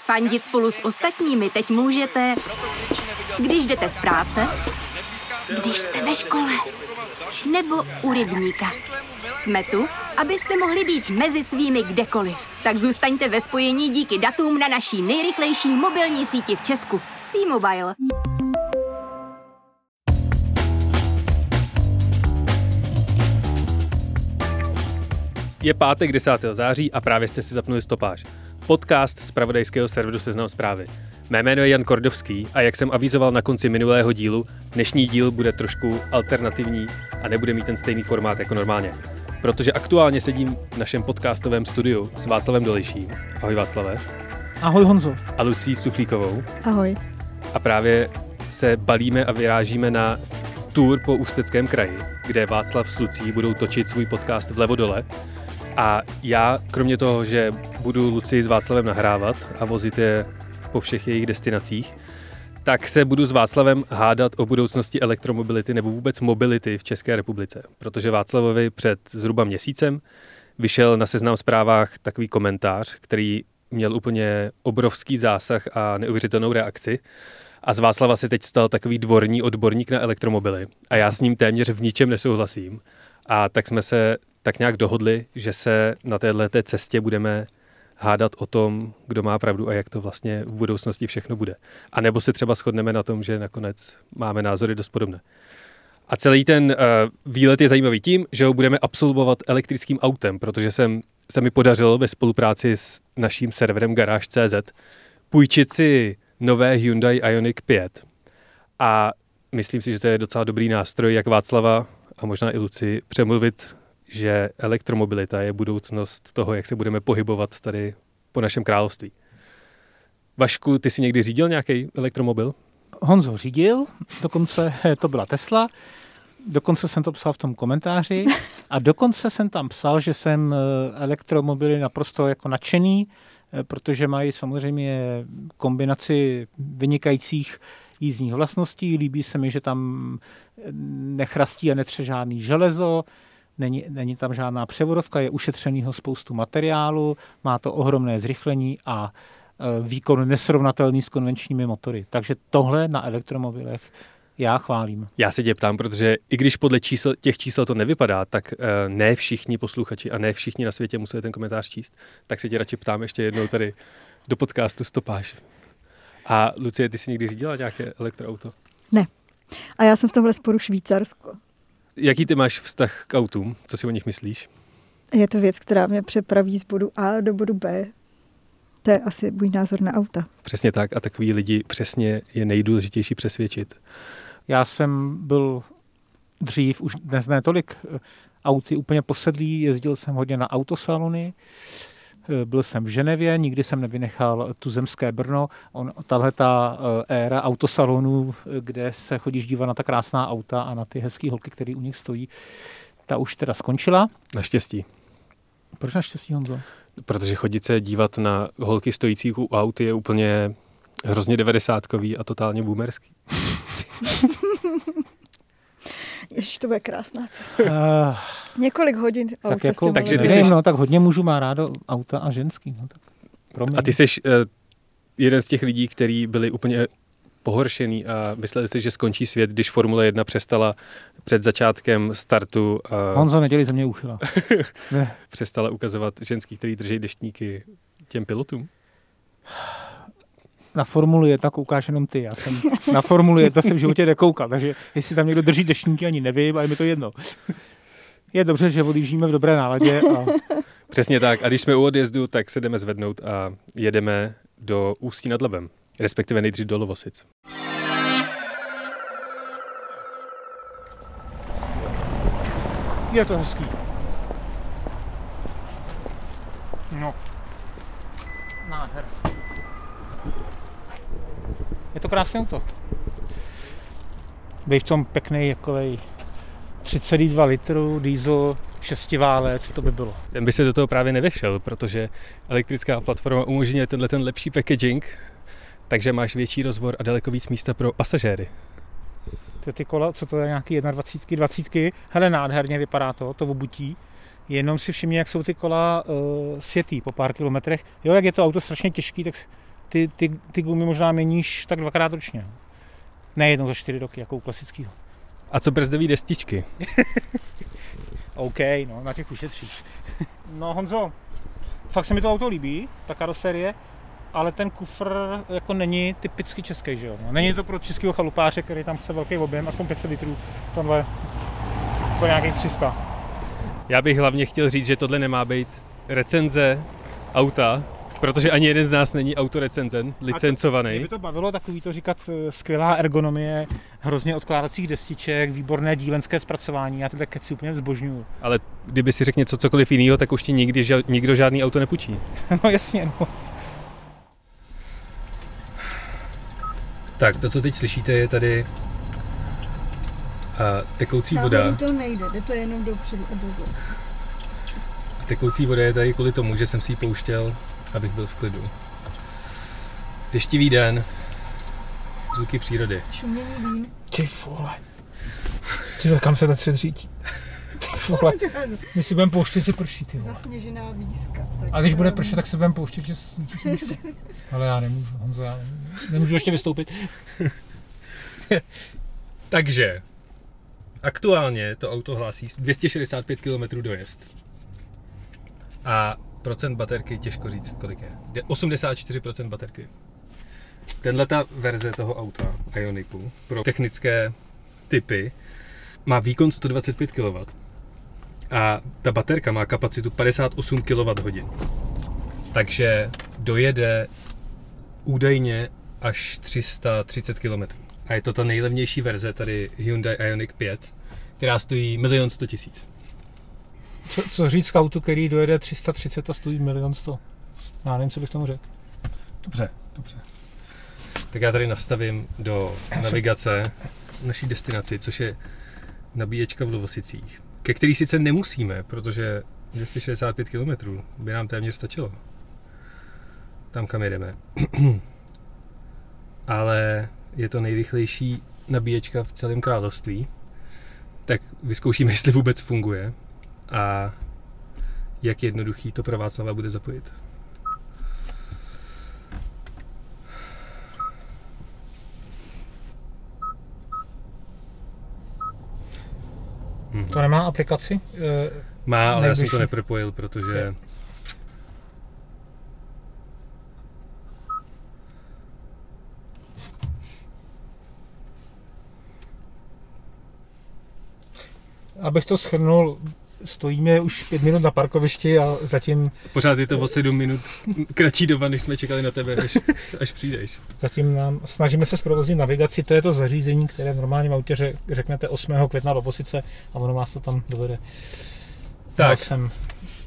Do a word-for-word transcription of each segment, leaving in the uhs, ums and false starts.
Fandit spolu s ostatními teď můžete, když jdete z práce, když jste ve škole, nebo u rybníka. Jsme tu, abyste mohli být mezi svými kdekoliv. Tak zůstaňte ve spojení díky datům na naší nejrychlejší mobilní síti v Česku. T-Mobile. Je pátek desátého září a právě jste si zapnuli Stopáž. Podcast z zpravodajského serveru Seznam Zprávy. Mé jméno je Jan Kordovský a jak jsem avizoval na konci minulého dílu, dnešní díl bude trošku alternativní a nebude mít ten stejný formát jako normálně. Protože aktuálně sedím v našem podcastovém studiu s Václavem Dolejším. Ahoj Václave. Ahoj Honzo. A Lucí Stuchlíkovou. Ahoj. A právě se balíme a vyrážíme na tour po Ústeckém kraji, kde Václav s Lucí budou točit svůj podcast vlevo dole. A já, kromě toho, že budu Luci s Václavem nahrávat a vozit je po všech jejich destinacích, tak se budu s Václavem hádat o budoucnosti elektromobility nebo vůbec mobility v České republice. Protože Václavovi před zhruba měsícem vyšel na Seznam Zprávách takový komentář, který měl úplně obrovský zásah a neuvěřitelnou reakci. A z Václava se teď stal takový dvorní odborník na elektromobily. A já s ním téměř v ničem nesouhlasím. A tak jsme se tak nějak dohodli, že se na této cestě budeme hádat o tom, kdo má pravdu a jak to vlastně v budoucnosti všechno bude. A nebo se třeba shodneme na tom, že nakonec máme názory dost podobné. A celý ten uh, výlet je zajímavý tím, že ho budeme absolvovat elektrickým autem, protože jsem, se mi podařilo ve spolupráci s naším serverem Garage tečka cé zet půjčit si nové Hyundai Ioniq pět. A myslím si, že to je docela dobrý nástroj, jak Václava a možná i Luci přemluvit, že elektromobilita je budoucnost toho, jak se budeme pohybovat tady po našem království. Vašku, ty jsi někdy řídil nějaký elektromobil? Honzo řídil, dokonce to byla Tesla, dokonce jsem to psal v tom komentáři a dokonce jsem tam psal, že jsem elektromobily naprosto jako nadšený, protože mají samozřejmě kombinaci vynikajících jízdních vlastností. Líbí se mi, že tam nechrastí a netře žádný železo, Není, není tam žádná převodovka, je ušetřenýho spoustu materiálu, má to ohromné zrychlení a e, výkon nesrovnatelný s konvenčními motory. Takže tohle na elektromobilech já chválím. Já se tě ptám, protože i když podle čísel, těch čísel to nevypadá, tak e, ne všichni posluchači a ne všichni na světě museli ten komentář číst, tak se tě radši ptám ještě jednou tady do podcastu Stopáž. A Lucie, ty jsi někdy řídila nějaké elektroauto? Ne. A já jsem v tomhle sporu Švýcarsko. Jaký ty máš vztah k autům? Co si o nich myslíš? Je to věc, která mě přepraví z bodu A do bodu B. To je asi můj názor na auta. Přesně tak a takový lidi přesně je nejdůležitější přesvědčit. Já jsem byl dřív, už dnes ne tolik auty úplně posedlý, jezdil jsem hodně na autosalony, byl jsem v Ženevě, nikdy jsem nevynechal tuzemské Brno. On, tahleta éra autosalonů, kde se chodíš dívat na ta krásná auta a na ty hezký holky, které u nich stojí, ta už teda skončila. Naštěstí. Proč naštěstí, Honzo? Protože chodit se dívat na holky stojící u aut je úplně hrozně devadesátkový a totálně boomerský. Ježiš, to bude krásná cesta. Uh, Několik hodin tak auta jako, takže ty nevím, jsi... no, tak hodně mužů má rádo auta a ženský. No, tak a ty jsi uh, jeden z těch lidí, kteří byli úplně pohoršený a mysleli si, že skončí svět, když Formule jedna přestala před začátkem startu. Uh, Honzo, nedělej ze mě úchyla. přestala ukazovat ženský, který drží deštníky těm pilotům. Na Formuli jedna koukáš jenom ty. Já jsem na Formuli jedna jsem v životě nekoukal, takže jestli tam někdo drží deštníky, ani nevím, a je mi to jedno. Je dobře, že odjíždíme v dobré náladě. A... Přesně tak. A když jsme u odjezdu, tak se jdeme zvednout a jedeme do Ústí nad Labem. Respektive nejdřív do Lovosic. Je to hezký. No. Nádher. Je to krásné auto. Bej v tom pěkný jakovej tři celá dva litru, diesel, šestiválec, to by bylo. Ten by se do toho právě nevešel, protože elektrická platforma umožňuje tenhle ten lepší packaging, takže máš větší rozvor a daleko víc místa pro pasažéry. Ty, ty kola, co to je, nějaký dvacet jedna, dvacet, hele, nádherně vypadá to, to obutí. Jenom si všimni, jak jsou ty kola uh, světý po pár kilometrech. Jo, jak je to auto strašně těžký, tak ty, ty, ty gumy možná měníš tak dvakrát ročně. Ne jednou za čtyři roky, jako u klasického. A co brzdové destičky? OK, no, na těch ušetříš. No Honzo, fakt se mi to auto líbí, ta karoserie, ale ten kufr jako není typicky český, že jo? Není to pro českého chalupáře, který tam chce velký objem, aspoň pět set litrů, tohle jako nějakých tři sta. Já bych hlavně chtěl říct, že tohle nemá být recenze auta, protože ani jeden z nás není autorecenzent, licencovaný. Mě by to bavilo takový to říkat skvělá ergonomie, hrozně odkládacích destiček, výborné dílenské zpracování, já tyhle keci úplně zbožňuju. Ale kdyby si řekl něco cokoliv jiného, tak už ti nikdy ža- nikdo žádný auto nepůjčí. No jasně, no. Tak, to, co teď slyšíte, je tady a, tekoucí Tam voda. to nejde, jde to jenom dopředu a dozadu. Tekoucí voda je tady kvůli tomu, že jsem si ji pouštěl, abych byl v klidu. Deštivý den, zvuky přírody. Šumění vín. Ty vole. Ty vole, kam se ten svět řítí? Ty vole. My si budeme pouštět, že prší, ty vole. Zasněžená výzka. A když bude pršet, tak se budeme pouštět, že svítí sluníčko. Ale já nemůžu, Honzo, já nemůžu, nemůžu ještě vystoupit. Takže, aktuálně to auto hlásí dvě stě šedesát pět kilometrů dojezd. A procent baterky těžko říct, kolik je. osmdesát čtyři procent baterky. Tenhleta verze toho auta, Ioniqu, pro technické typy, má výkon sto dvacet pět kilowattů. A ta baterka má kapacitu padesát osm kilowatthodin. Takže dojede údajně až tři sta třicet kilometrů. A je to ta nejlevnější verze, tady Hyundai Ioniq pět, která stojí milion sto tisíc. Co, co říct k autu, který dojede tři sta třicet a stojí milion sto? Já nevím, co bych tomu řekl. Dobře, dobře. Tak já tady nastavím do navigace naší destinaci, což je nabíječka v Lovosicích, ke který sice nemusíme, protože dvě stě šedesát pět kilometrů by nám téměř stačilo. Tam, kam jedeme. Ale je to nejrychlejší nabíječka v celém království, tak vyzkoušíme, jestli vůbec funguje a jak jednoduchý to pro Václava bude zapojit. To nemá aplikaci? Má, ale nejbližší. Já jsem to nepropojil, protože... Abych to shrnul, stojíme už pět minut na parkovišti a zatím... Pořád je to o sedm minut kratší doba, než jsme čekali na tebe, až, až přijdeš. Zatím nám snažíme se zprovoznit navigaci, to je to zařízení, které v normálním autě řeknete osmého května Lovosice a ono vás to tam dovede. Tak. Jsem... Uh,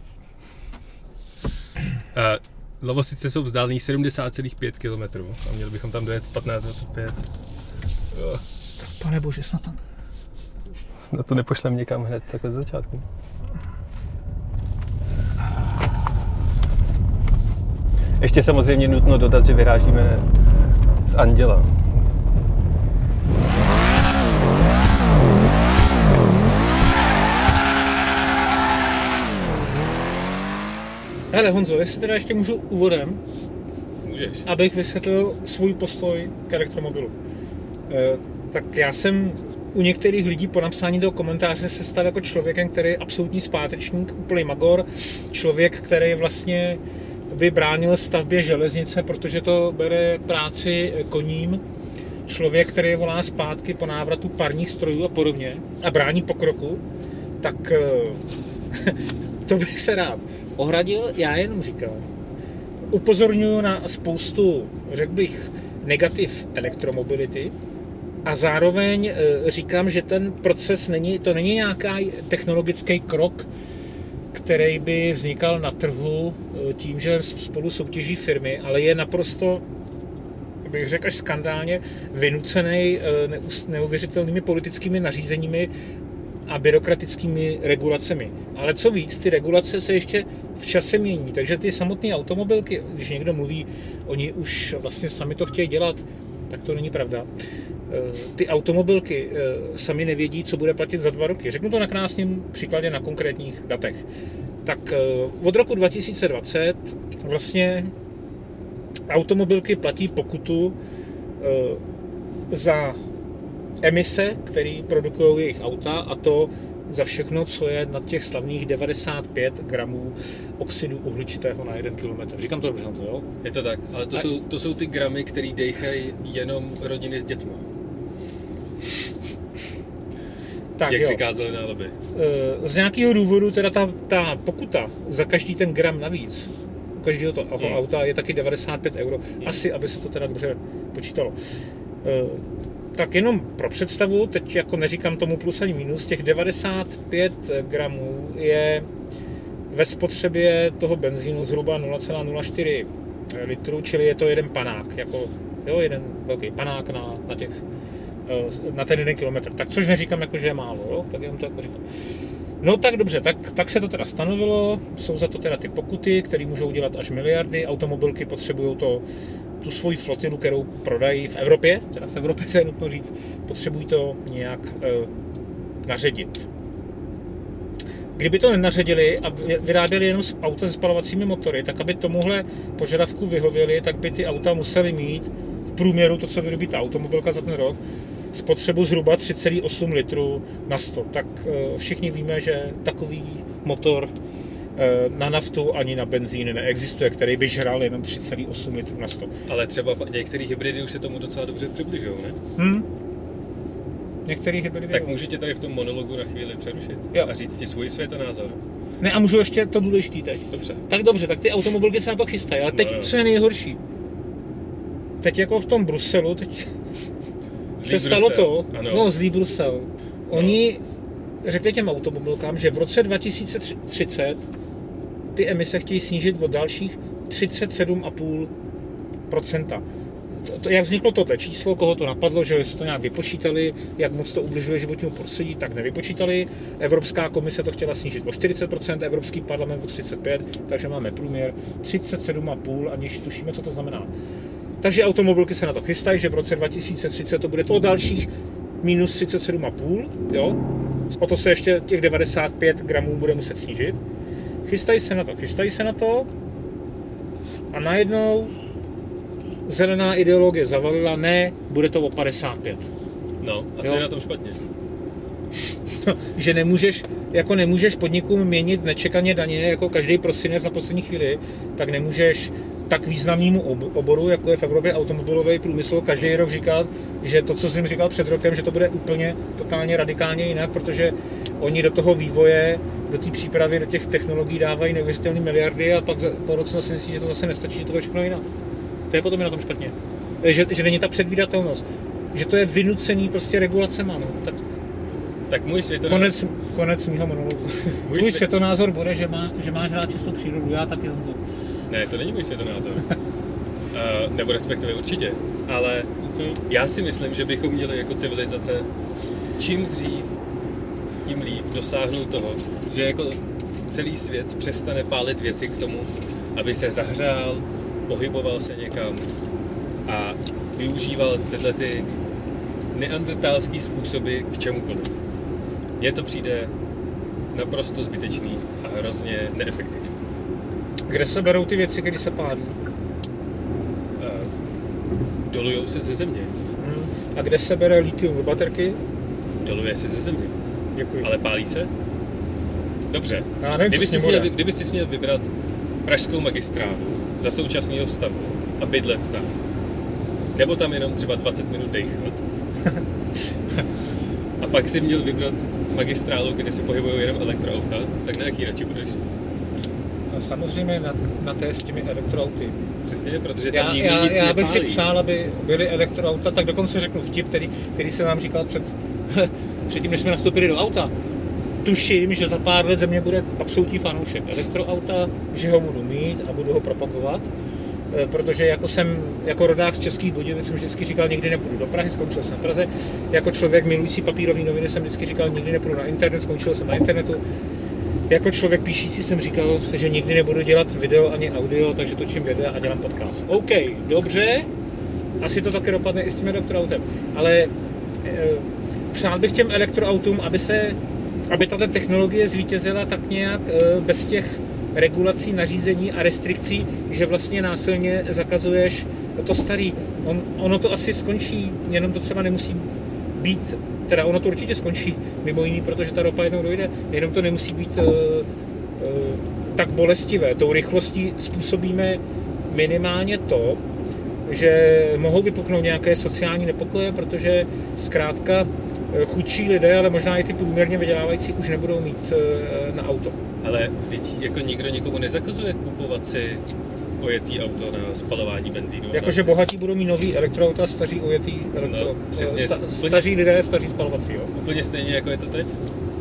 Lovosice jsou vzdálený sedmdesát celá pět kilometrů a měli bychom tam dojet patnáct dvacet pět. Oh. Pane bože, snad tam... Snad to nepošlem někam hned takhle z začátku. Ještě samozřejmě nutno dodat, že vyrážíme z Anděla. Hele Honzo, jestli teda ještě můžu úvodem, Můžeš. abych vysvětlil svůj postoj k elektromobilu. E, tak já jsem u některých lidí po napsání toho komentáře se stal jako člověkem, který je absolutní zpátečník, úplný magor, člověk, který vlastně by bránil stavbě železnice, protože to bere práci koním, člověk, který volá zpátky po návratu parních strojů a podobně a brání pokroku, tak to bych se rád ohradil. Já jenom říkám, upozorňuji na spoustu, řekl bych, negativ elektromobility a zároveň říkám, že ten proces není, to není nějaký technologický krok, který by vznikal na trhu tím, že spolu soutěží firmy, ale je naprosto, bych řekl, až skandálně vynucený neuvěřitelnými politickými nařízeními a byrokratickými regulacemi. Ale co víc, ty regulace se ještě v čase mění, takže ty samotné automobilky, když někdo mluví, oni už vlastně sami to chtějí dělat, tak to není pravda. Ty automobilky sami nevědí, co bude platit za dva roky. Řeknu to na krásném příkladě na konkrétních datech. Tak od roku dva tisíce dvacet vlastně automobilky platí pokutu e, za emise, které produkují jejich auta, a to za všechno, co je nad těch slavných devadesát pět gramů oxidu uhličitého na jeden kilometr. Říkám to dobře, to jo? Je to tak, ale to, a... jsou, to jsou ty gramy, který dejchají jenom rodiny s dětmi. Tak, jak říká Zelená lobby. Z nějakého důvodu teda ta, ta pokuta za každý ten gram navíc u každého toho hmm. auta je taky devadesát pět euro. Hmm. Asi, aby se to teda dobře počítalo. Tak jenom pro představu, teď jako neříkám tomu plus ani minus, těch devadesát pět gramů je ve spotřebě toho benzínu zhruba nula celá nula čtyři litru, čili je to jeden panák, jako jo, jeden velký panák na, na těch na ten jeden kilometr. Tak což neříkám, jako, že je málo, jo? Tak jenom to jako říkám. No tak dobře, tak, tak se to teda stanovilo, jsou za to teda ty pokuty, které můžou dělat až miliardy, automobilky potřebují to, tu svoji flotilu, kterou prodají v Evropě, teda v Evropě se je nutno říct, potřebují to nějak e, naředit. Kdyby to nenaředili a vyráběli jenom auta se spalovacími motory, tak aby tomuhle požadavku vyhověli, tak by ty auta musely mít v průměru to, co vyrobí ta automobilka za ten rok, spotřebu zhruba tři celá osm litru na sto. Tak e, všichni víme, že takový motor e, na naftu ani na benzín neexistuje, který by žral jenom tři celá osm litru na sto. Ale třeba některé hybridy už se tomu docela dobře přibližují, ne? Hmm. Některý hybridy. Tak můžete tady v tom monologu na chvíli přerušit jo. a říct ti svůj světonázor. Ne, a můžu ještě to důležitý teď. Dobře. Tak dobře, tak ty automobilky se na to chystají, ale teď no, co je nejhorší? Teď jako v tom Bruselu, teď přestalo to, ano. no zlý Brusel. Oni no. řekli těm automobilkám, že v roce dva tisíce třicet ty emise chtějí snížit o dalších třicet sedm celá pět procenta. To, to, jak vzniklo tohle číslo, koho to napadlo, že se to nějak vypočítali, jak moc to ubližuje životnímu prostředí, tak nevypočítali. Evropská komise to chtěla snížit o čtyřicet procent, Evropský parlament o třicet pět procent, takže máme průměr třicet sedm celá pět, aniž tušíme, co to znamená. Takže automobilky se na to chystají, že v roce dva tisíce třicet to bude to dalších minus třicet sedm celá pět, jo? O to se ještě těch devadesát pět gramů bude muset snížit. Chystají se na to, chystají se na to a najednou zelená ideologie zavalila, ne, bude to o padesát pět. No, a co jo? je na tom špatně? No, že nemůžeš, jako nemůžeš podnikům měnit nečekaně daně, jako každý prosinec na poslední chvíli, tak nemůžeš tak významnému oboru, jako je v Evropě automobilový průmysl, každý rok říkat, že to, co jsem říkal před rokem, že to bude úplně totálně radikálně jinak, protože oni do toho vývoje, do té přípravy, do těch technologií dávají neuvěřitelné miliardy a pak po roce zase myslí, že to zase nestačí, že to bude všechno jinak. To je potom je na tom špatně. Že, že není ta předvídatelnost. Že to je vynucený prostě regulacema. No. Tak, tak můj světonázor... Konec, konec mýho monologu. Můj, můj světonázor bude, že, má, že máš rád čistou přírodu. Já taky, Honzo. Ne, to není můj světonázor. uh, nebo respektive určitě. Ale okay. já si myslím, že bychom měli jako civilizace čím dřív, tím líp dosáhnout toho, že jako celý svět přestane pálit věci k tomu, aby se zahřál, pohyboval se někam a využíval tyhle ty neandertálský způsoby k čemukoliv. Mně to přijde naprosto zbytečný a hrozně neefektivní. Kde se berou ty věci, když se pálí? Dolujou se ze země. Hmm. A kde se bere litium do baterky? Doluje se ze země. Děkuji. Ale pálí se? Dobře. Já nevím, kdyby, jsi měl, kdyby jsi měl vybrat pražskou magistrálu za současného stavu a bydlet tam, nebo tam jenom třeba dvacet minut dejchat, a pak si měl vybrat magistrálu, kde se pohybují jenom elektroauta, tak na jaký radši budeš? No samozřejmě na, na té s těmi elektroauty. Přesně, protože tam já, nikdy já, nic já nepálí. bych si přál, aby byly elektroauta, tak dokonce řeknu vtip, který, který jsem vám říkal před, předtím, než jsme nastoupili do auta. Tuším, že za pár let ze mě bude absolutní fanoušek elektroauta, že ho budu mít a budu ho propagovat, protože jako jsem, jako rodák z Českých Budějovic jsem vždycky říkal, nikdy nepůjdu do Prahy, skončil jsem v Praze. Jako člověk milující papírové noviny jsem vždycky říkal, nikdy nepůjdu na internet, skončil jsem na internetu. Jako člověk píšící jsem říkal, že nikdy nebudu dělat video ani audio, takže točím video a dělám podcast. OK, dobře, asi to taky dopadne i s tím elektroautem, ale e, přál bych těm elektroautům, aby se aby tato technologie zvítězila tak nějak e, bez těch regulací, nařízení a restrikcí, že vlastně násilně zakazuješ to starý. On, ono to asi skončí, jenom to třeba nemusí být, teda ono to určitě skončí mimo jiný, protože ta ropa jednou dojde, jenom to nemusí být uh, uh, tak bolestivé. Tou rychlostí způsobíme minimálně to, že mohou vypuknout nějaké sociální nepokoje, protože zkrátka chudší lidé, ale možná i ty průměrně vydělávající už nebudou mít uh, na auto. Ale teď jako nikdo nikomu nezakazuje kupovat si ojetý auto na spalování benzínu. Jakože bohatí budou mít nový elektroauta, staří ojetý elektro... No, přesně, sta, staří lidé, staří spalovací, jo? Úplně stejně jako je to teď.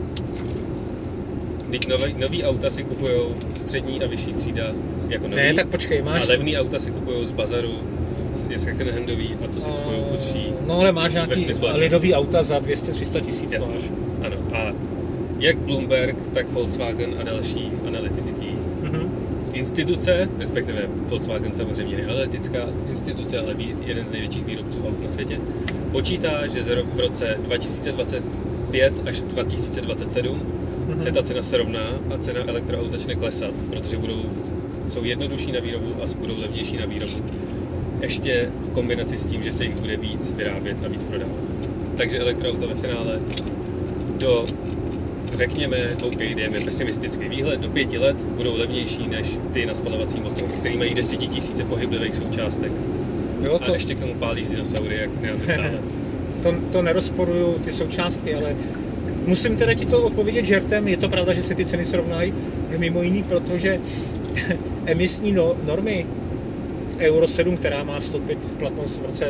Teď nový, nový auta si kupujou střední a vyšší třída jako nový. Ne, tak počkej, máš... A levný auta si kupujou z bazaru, je second handový a to si kupujou chudší. No ale máš nějaký lidový auta za dvě stě tři sta tisíc. Jasně, ano. A jak Bloomberg, tak Volkswagen a další analytický mm-hmm. instituce, respektive Volkswagen samozřejmě neanalytická instituce, ale jeden z největších výrobců aut na světě, počítá, že v roce dva tisíce dvacet pět až dva tisíce dvacet sedm mm-hmm. se ta cena srovná a cena elektroaut začne klesat, protože budou, jsou jednodušší na výrobu a budou levnější na výrobu. Ještě v kombinaci s tím, že se jich bude víc vyrábět a víc prodávat. Takže elektroauta ve finále do, řekněme, OK, dejme pesimistický výhled, do pěti let budou levnější než ty na spalovací motor, který mají desetitisíce pohyblivých součástek. Jo, to... A ještě k tomu pálíš dinosaury, jak neandertálec. to, to nerozporuju ty součástky, ale musím teda ti to odpovědět žertem. Je to pravda, že se ty ceny srovnají mimo jiný, protože emisní no, normy Euro sedm, která má vstoupit v platnost v roce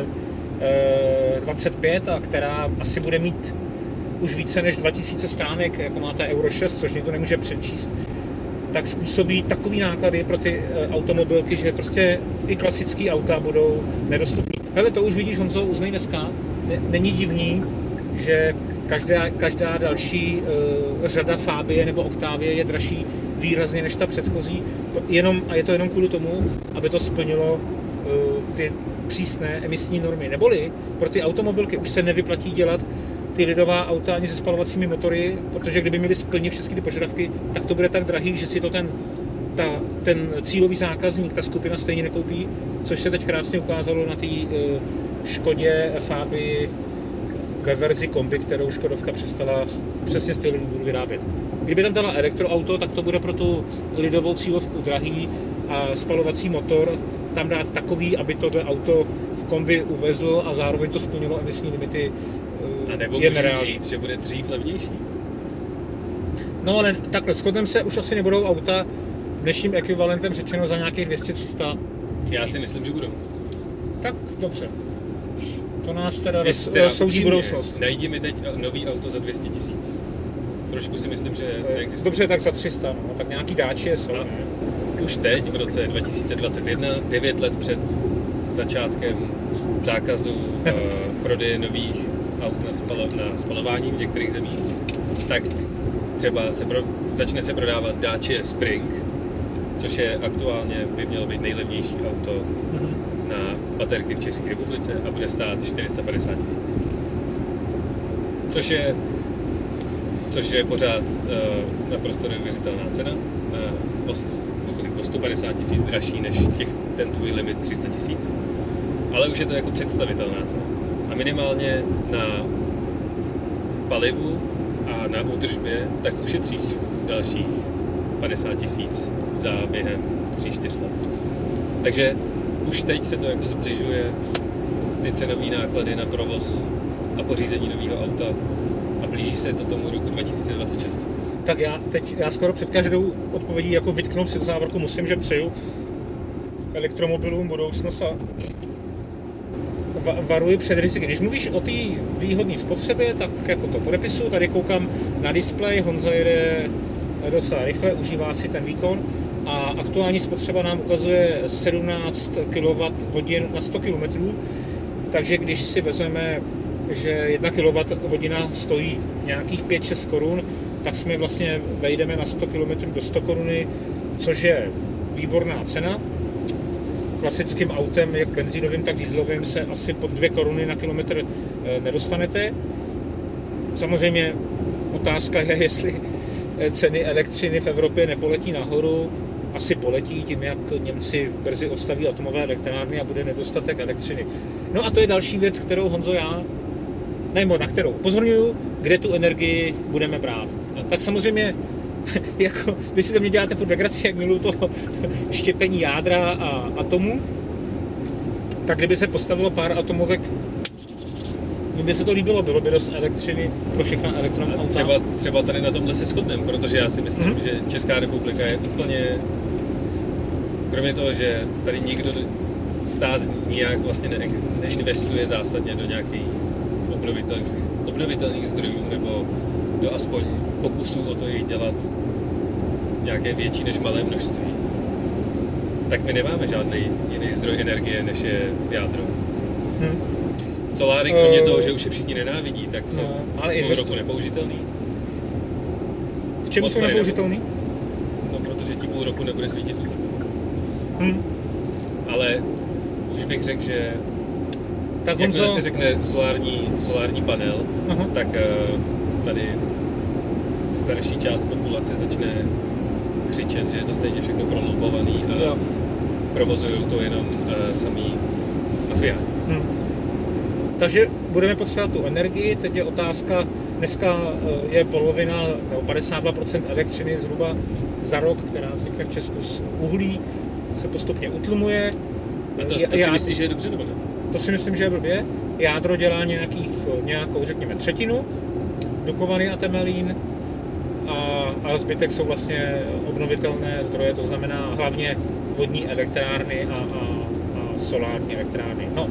e, dvacet pět a která asi bude mít už více než dva tisíce stránek, jako má ta Euro šest, což nikdo nemůže přečíst, tak způsobí takový náklady pro ty e, automobilky, že prostě i klasický auta budou nedostupný. Hele, to už vidíš, Honzo, uznej dneska. Není divný, že každá, každá další e, řada Fabie nebo Octavie je dražší výrazně než ta předchozí, jenom, a je to jenom kvůli tomu, aby to splnilo uh, ty přísné emisní normy. Neboli pro ty automobilky už se nevyplatí dělat ty lidová auta ani se spalovacími motory, protože kdyby měli splnit všechny ty požadavky, tak to bude tak drahý, že si to ten, ta, ten cílový zákazník, ta skupina stejně nekoupí, což se teď krásně ukázalo na té uh, Škodě Fabii ve verzi kombi, kterou Škodovka přestala přesně z těch důvodů vyrábět. Kdyby tam dala elektroauto, tak to bude pro tu lidovou cílovku drahý a spalovací motor tam dát takový, aby tohle auto v kombi uvezl a zároveň to splnilo emisní limity. A nebo můžeš říct, že bude dřív levnější. No ale takhle, shodneme se, už asi nebudou auta dnešním ekvivalentem řečeno za nějakých dvě stě tři sta. Já si myslím, že budou. Tak, dobře. To nás teda, teda soudí budoucnost. Najdi mi teď nový auto za dvě stě tisíc. Trošku si myslím, že neexistuje. Dobře, tak za tři sta, no. Tak nějaký dáči jsou, no. Už teď, v roce dva tisíce dvacet jedna, devět let před začátkem zákazu uh, prodeje nových aut na, spalo, na spalování v některých zemích, tak třeba se pro, začne se prodávat Dacia Spring, což je aktuálně by mělo být nejlevnější auto mm-hmm. na baterky v České republice a bude stát čtyři sta padesát tisíc. Což je což je pořád uh, naprosto neuvěřitelná cena, na o sto padesát tisíc dražší než těch, ten tvůj limit tři sta tisíc. Ale už je to jako představitelná cena. A minimálně na palivu a na údržbě tak ušetříš dalších padesát tisíc za během tři čtyři let. Takže už teď se to jako zbližuje ty cenové náklady na provoz a pořízení nového auta a blíží se to tomu roku dva tisíce dvacet šest. Tak já teď, já skoro před každou odpovědí jako vytknout si do závorku musím, že přeju elektromobilům budoucnost a va- varuji před riziky. Když mluvíš o té výhodné spotřebě, tak jako to podepisu, tady koukám na displej, Honza jede docela rychle, užívá si ten výkon a aktuální spotřeba nám ukazuje sedmnáct kilowatthodin na sto kilometrů, takže když si vezmeme, že jedna kilowatthodina stojí nějakých pět šest korun, tak jsme vlastně vejdeme na sto kilometrů do sto koruny, což je výborná cena. Klasickým autem, jak benzínovým, tak dieselovým, se asi pod dvě koruny na kilometr nedostanete. Samozřejmě otázka je, jestli ceny elektřiny v Evropě nepoletí nahoru asi poletí tím, jak Němci brzy odstaví atomové elektrárny a bude nedostatek elektřiny. No a to je další věc, kterou Honzo já, nebo na kterou upozorňuju, kde tu energii budeme brát. A tak samozřejmě, jako vy si to mě děláte furt legraci, jak miluju to štěpení jádra a atomů, tak kdyby se postavilo pár atomovek, kdyby se to líbilo, bylo by dost elektřiny pro všechna elektroauta. Třeba, třeba tady na tomhle se shodneme, protože já si myslím, hmm. že Česká republika je úplně, kromě toho, že tady nikdo, stát nijak vlastně neex, neinvestuje zásadně do nějakých obnovitelných, obnovitelných zdrojů, nebo do aspoň pokusů o to jejich dělat nějaké větší než malé množství, tak my nemáme žádný jiný zdroj energie, než je jádro. Hmm. Soláry, kromě uh, toho, že už je všichni nenávidí, tak jsou no, ale půl roku nepoužitelný. K čemu jsou nepoužitelný? No, protože ti půl roku nebude svítit sluníčko. Hmm. Ale už bych řekl, že tak jakmile co... se řekne solární, solární panel, uh-huh. tak uh, tady starší část populace začne křičet, že je to stejně všechno prolobbovaný a jo. provozují to jenom uh, samý mafiáni. Hmm. Takže budeme potřebovat tu energii, teď je otázka, dneska je polovina nebo padesát dva procent elektřiny zhruba za rok, která vznikne v Česku z uhlí, se postupně utlumuje. A to, to si já, myslíš, že je dobře nebo ne? To si myslím, že je blbě. Jádro dělá nějakých, nějakou, řekněme, třetinu, Dukovany a Temelín a, a zbytek jsou vlastně obnovitelné zdroje, to znamená hlavně vodní elektrárny a, a, a solární elektrárny. No,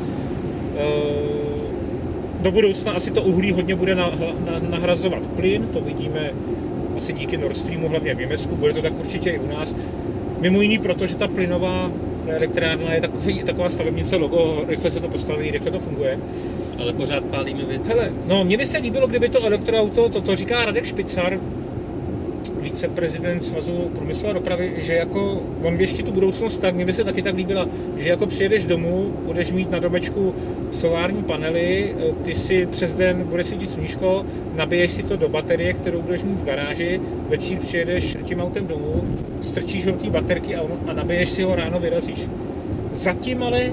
do budoucna asi to uhlí hodně bude nahrazovat plyn, to vidíme asi díky Nord Streamu, hlavně v Německu, bude to tak určitě i u nás. Mimo jiný, protože ta plynová elektrárna je takový, taková stavebnice logo, rychle se to postaví, rychle to funguje. Ale pořád pálíme věci. Hele, no mně by se líbilo, kdyby to elektroauto, to, to říká Radek Špicar, viceprezident Svazu průmyslu a dopravy, že jako on věští tu budoucnost tak, mně by se taky tak líbila, že jako přijedeš domů, budeš mít na domečku solární panely, ty si přes den bude svítit sluníčko, nabiješ si to do baterie, kterou budeš mít v garáži, večer přijedeš tím autem domů, strčíš ho do té baterky a, on, a nabiješ si ho, ráno vyrazíš. Zatím ale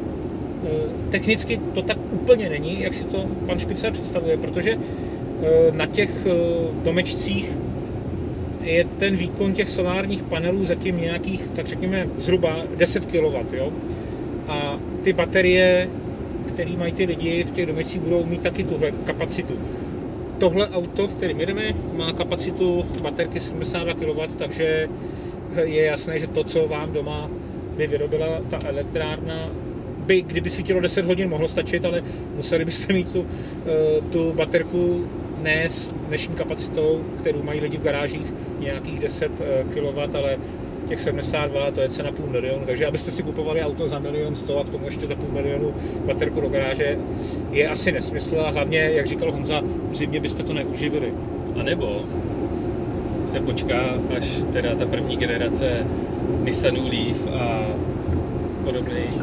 technicky to tak úplně není, jak si to pan Špicar představuje, protože na těch domečcích je ten výkon těch solárních panelů zatím nějakých, tak řekněme, zhruba deset kilowattů, jo? A ty baterie, které mají ty lidi v těch domečcích, budou mít taky tuhle kapacitu. Tohle auto, v kterém jedeme, má kapacitu baterky sedmdesát dva kilowattů, takže je jasné, že to, co vám doma by vyrobila ta elektrárna, by, kdyby svítilo deset hodin, mohlo stačit, ale museli byste mít tu, tu baterku ne s dnešní kapacitou, kterou mají lidi v garážích, nějakých deset kilowattů, ale těch sedmdesát dva, to je cena půl milionu, takže abyste si kupovali auto za milion sto a k tomu ještě za půl milionu baterku do garáže, je asi nesmysl a hlavně, jak říkal Honza, v zimě byste to neuživili. A nebo se počká, až teda ta první generace Nissanu Leaf a podobných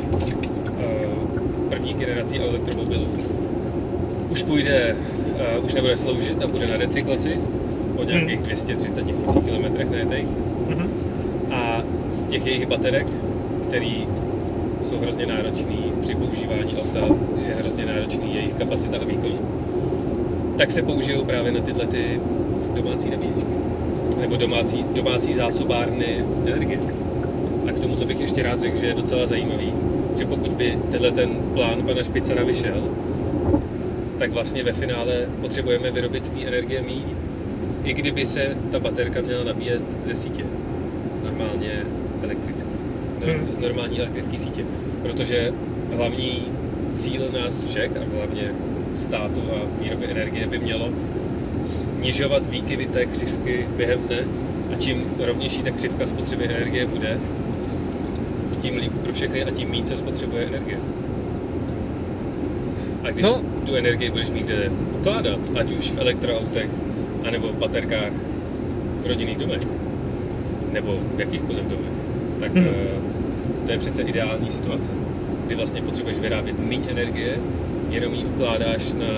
první generací elektromobilů už půjde, uh, už nebude sloužit a bude na recyklaci po nějakých hmm. dvě stě až tři sta tisíc kilometrech najetých. Hmm. A z těch jejich baterek, které jsou hrozně náročný při používání auta, je hrozně náročný jejich kapacita a výkon, tak se použijou právě na tyhle ty domácí nabíječky. Nebo domácí, domácí zásobárny energie. A k tomuto bych ještě rád řekl, že je docela zajímavý, že pokud by tenhle ten plán pana Špicara vyšel, tak vlastně ve finále potřebujeme vyrobit té energie míň, i kdyby se ta baterka měla nabíjet ze sítě. Normálně elektrické. Hmm. Z normální elektrické sítě. Protože hlavní cíl nás všech, a hlavně státu a výroby energie by mělo snižovat výkyvy té křivky během dne a čím rovnější ta křivka spotřeby energie bude, tím líp pro všechny a tím méně se spotřebuje energie. A když no. tu energii budeš mít kde ukládat, ať už v elektroautech, anebo v baterkách v rodinných domech, nebo v jakýchkoliv domech, tak hmm. to je přece ideální situace, kdy vlastně potřebuješ vyrábět méně energie, jenom ji ukládáš na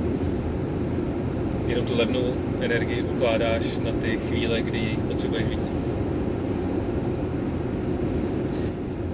jenom tu levnou energii ukládáš na ty chvíle, kdy jich potřebuješ víc.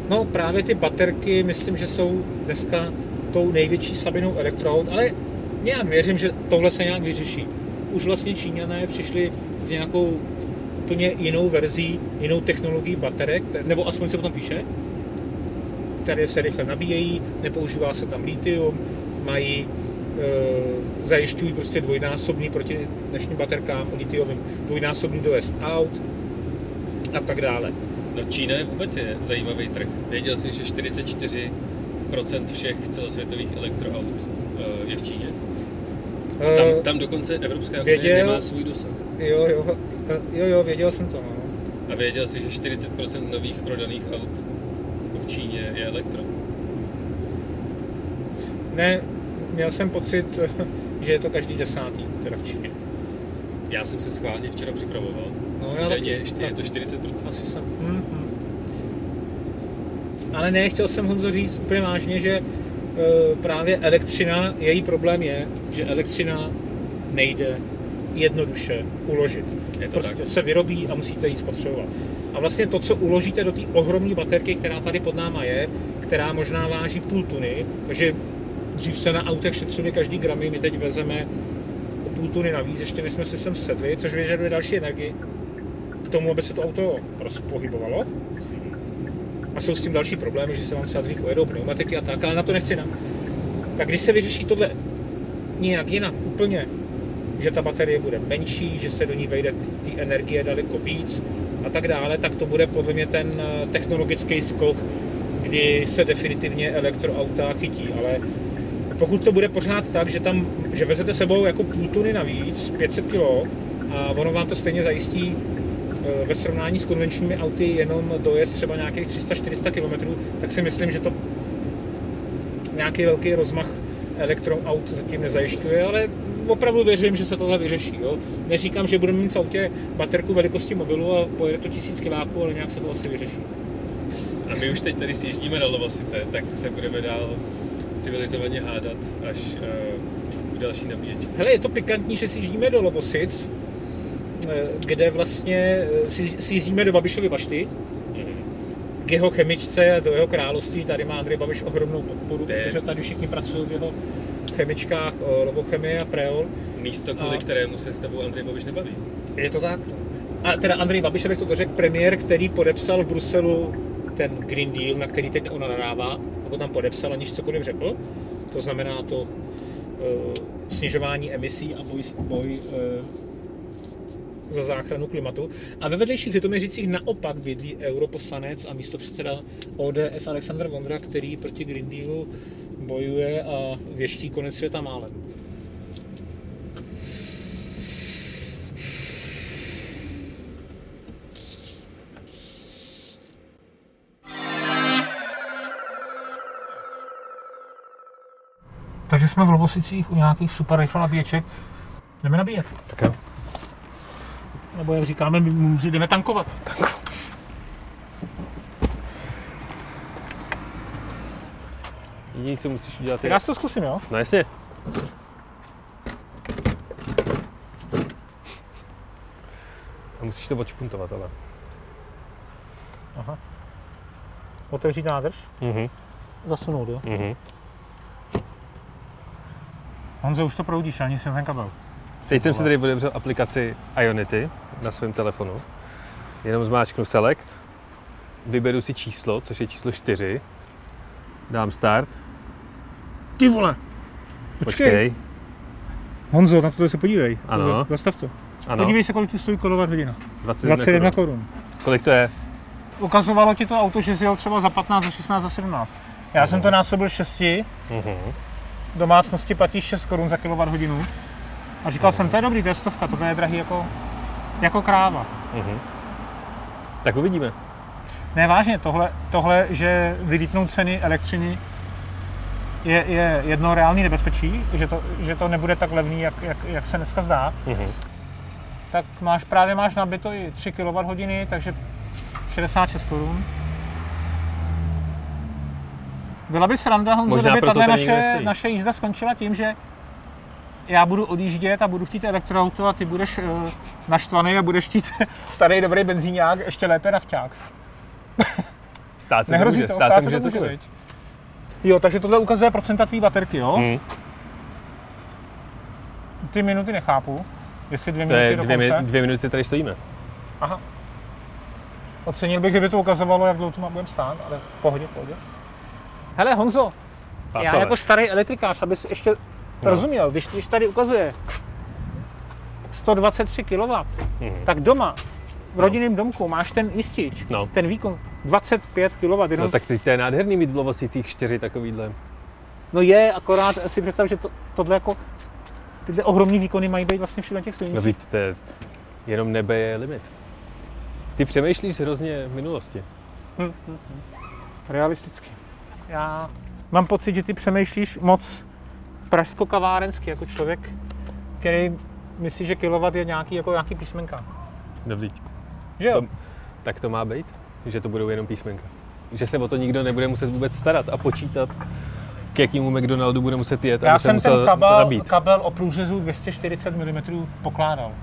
No právě ty baterky, myslím, že jsou dneska tou největší slabinou elektroaut, ale nějak věřím, že tohle se nějak vyřeší. Už vlastně Číňané přišli s nějakou úplně jinou verzí, jinou technologií baterek, nebo aspoň se o tom píše, které se rychle nabíjejí, nepoužívá se tam lithium, mají, e, zajišťují prostě dvojnásobný proti dnešním baterkám lithiovým, dvojnásobný dojezd aut a tak dále. No Čína je vůbec je zajímavý trh. Věděl jsi, že čtyřicet čtyři procent všech celosvětových elektroaut e, je v Číně? A tam, tam dokonce Evropská unie nemá svůj dosah. Jo, jo, jo, jo, věděl jsem to, no. A věděl jsi, že čtyřicet procent nových prodaných aut v Číně je elektro? Ne, měl jsem pocit, že je to každý desátý, teda v Číně. Já jsem se schválně včera připravoval. No, ale je, je to čtyřicet procent. Asi jsem. Mm-hmm. Ale ne, chtěl jsem Honzo říct úplně vážně, že e, právě elektřina, její problém je, že elektřina nejde jednoduše uložit. Je to prostě tak. Se vyrobí a musíte ji spotřebovat. A vlastně to, co uložíte do té ohromné baterky, která tady pod náma je, která možná váží půl tuny, takže dřív se na autech šetřili každý gramy, my teď vezeme o půl tuny navíc, ještě než jsme si sem sedli, což vyžaduje další energii k tomu, aby se to auto rozpohybovalo. A jsou s tím další problémy, že se vám třeba dřív ujedou pneumatiky a tak, ale na to nechci nám. Tak když se vyřeší tohle nějak jinak úplně, že ta baterie bude menší, že se do ní vejde ty energie daleko víc a tak dále, tak to bude podle mě ten technologický skok, kdy se definitivně elektroauta chytí, ale pokud to bude pořád tak, že tam, že vezete sebou jako půl tuny navíc, pět set kilo, a ono vám to stejně zajistí ve srovnání s konvenčními auty jenom dojezd třeba nějakých tři sta čtyři sta kilometrů, tak si myslím, že to nějaký velký rozmach elektroaut zatím nezajišťuje, ale opravdu věřím, že se tohle vyřeší. Jo? Neříkám, že budeme mít v autě baterku velikosti mobilu a pojede to tisíc kiláků, ale nějak se to asi vyřeší. A my už teď tady sjíždíme na Lovosice, tak se budeme dál civilizovaně hádat až uh, u další nabíječky. Hele, je to pikantní, že sjíždíme do Lovosic, kde vlastně sjíždíme do Babišovy bašty, k jeho chemičce a do jeho království. Tady má Andrej Babiš ohromnou podporu, Té... protože tady všichni pracují v jeho chemičkách Lovochemie a Preol. Místo, kvůli a... kterému se s tebou Andrej Babiš nebaví. Je to tak. A teda Andrej Babiš, abych to dořekl, premiér, který podepsal v Bruselu ten Green Deal, na který teď ona nadává, nebo tam podepsal, aniž cokoliv řekl. To znamená to uh, snižování emisí a boj, boj uh, za záchranu klimatu. A ve vedlejších Žitoměřicích naopak bydlí europoslanec a místopředseda O D S Alexandr Vondra, který proti Green Dealu bojuje a věští konec světa málem. Takže jsme v Lovosicích u nějakých super rychlo nabíječek. Jdeme nabíjet. Tak jo. Nebo jak říkáme, my jdeme tankovat. Tankovat. Jediný, co musíš udělat je... Já si to zkusím, jo? No jasně. A musíš to odšpuntovat, ale. Aha. Otevřít nádrž? Mhm. Zasunout, jo? Mhm. Honzo, už to proudíš, ani si ten kabel. Teď jsem si tady otevřel aplikaci Ionity na svém telefonu. Jenom zmáčknu Select, vyberu si číslo, což je číslo čtyři, dám Start. Ty vole! Počkej. Počkej. Honzo, na to se podívej. Ano. Honzo, zastav to. Ano. Podívej se, kolik tu stojí kolovat hodina. dvacet jedna korun. Kolik to je? Ukazovalo ti to auto, že jsi jel třeba za patnáct, za šestnáct, za sedmnáct. Já uh-huh. jsem to násobil šesti. Uh-huh. Domácnosti platí šest korun za kilowatthodinu. A říkal uh-huh. jsem, to je dobrý, to je stovka, to je drahý jako, jako kráva. Uh-huh. Tak uvidíme. Ne, vážně, tohle, tohle že vylítnou ceny elektřiny je, je jedno reálné nebezpečí, že to, že to nebude tak levný, jak, jak, jak se dneska zdá. Uh-huh. Tak máš, právě máš nabito i tři kilowatthodiny, takže šedesát šest korun. Byla by sranda, Honzo, kdyby tato naše, naše jízda skončila tím, že já budu odjíždět a budu chtít elektroauto a ty budeš uh, naštvaný a budeš chtít starý dobrý benzíňák, ještě lépe nafťák. Stát se Nehrozí může, to, stát, stát se se může to může, cokoliv. viď? Jo, takže tohle ukazuje procenta tvý baterky, jo? Hmm. Ty minuty nechápu, jestli dvě To minuty je do dvě, konce. mi, dvě minuty tady stojíme. Aha. Ocenil bych, kdyby to ukazovalo, jak dlouho tu budeme stát, ale v pohodě, v pohodě. Hele Honzo, Václave. já jako starý elektrikář, abys ještě No. rozuměl, když, když tady ukazuje sto dvacet tři kilowattů, Mhm. tak doma, v rodinném domku máš ten jistič, No. ten výkon dvacet pět kilowattů. Jenom... No tak teď to je nádherný mít v Lovosicích čtyři takovýhle. No je, akorát si představ, že to, tohle jako, tyhle ohromný výkony mají být vlastně všude na těch No silnicích. víte, to je, jenom nebe je limit. Ty přemýšlíš hrozně v minulosti. Hm, hm, hm. Realisticky. Já mám pocit, že ty přemýšlíš moc pražsko-kavárensky jako člověk, který myslí, že kilowatt je nějaký, jako nějaký písmenka. Dobrý. Že jo? To, tak to má být, že to budou jenom písmenka. Že se o to nikdo nebude muset vůbec starat a počítat, k jakému McDonaldu bude muset jet, Já aby se jsem musel ten kabel, nabít. kabel o průřezu dvě stě čtyřicet milimetrů pokládal.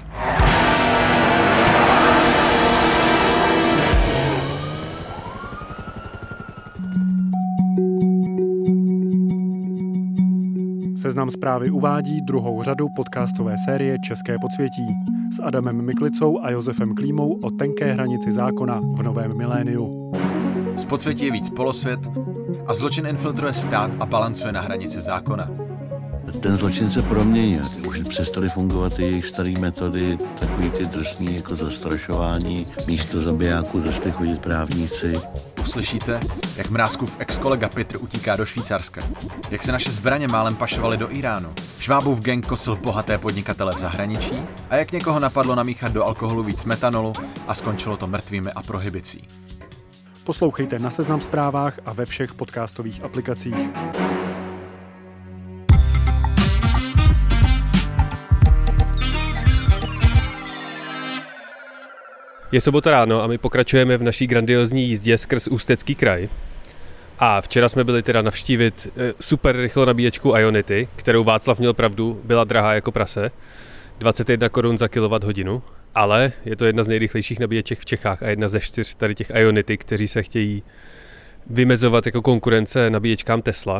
Seznam Zprávy uvádí druhou řadu podcastové série České podsvětí s Adamem Miklicou a Josefem Klímou o tenké hranici zákona v novém miléniu. Z podsvětí je víc polosvět a zločin infiltruje stát a balancuje na hranici zákona. Ten zločin se proměnil. Už přestaly fungovat ty jejich staré metody, takový ty drsný jako zastrašování. Místo zabijáků začali chodit právníci. Uslyšíte, jak Mrázkův ex-kolega Petr utíká do Švýcarska, jak se naše zbraně málem pašovaly do Iránu, Švábův gang kosil bohaté podnikatele v zahraničí a jak někoho napadlo namíchat do alkoholu víc metanolu a skončilo to mrtvými a prohibicí. Poslouchejte na Seznam Zprávách a ve všech podcastových aplikacích. Je sobota ráno a my pokračujeme v naší grandiozní jízdě skrz Ústecký kraj. A včera jsme byli teda navštívit super rychlou nabíječku Ionity, kterou Václav měl pravdu, byla drahá jako prase. dvacet jedna korun za kilowatthodinu, ale je to jedna z nejrychlejších nabíječek v Čechách a jedna ze čtyř tady těch Ionity, kteří se chtějí vymezovat jako konkurence nabíječkám Tesla.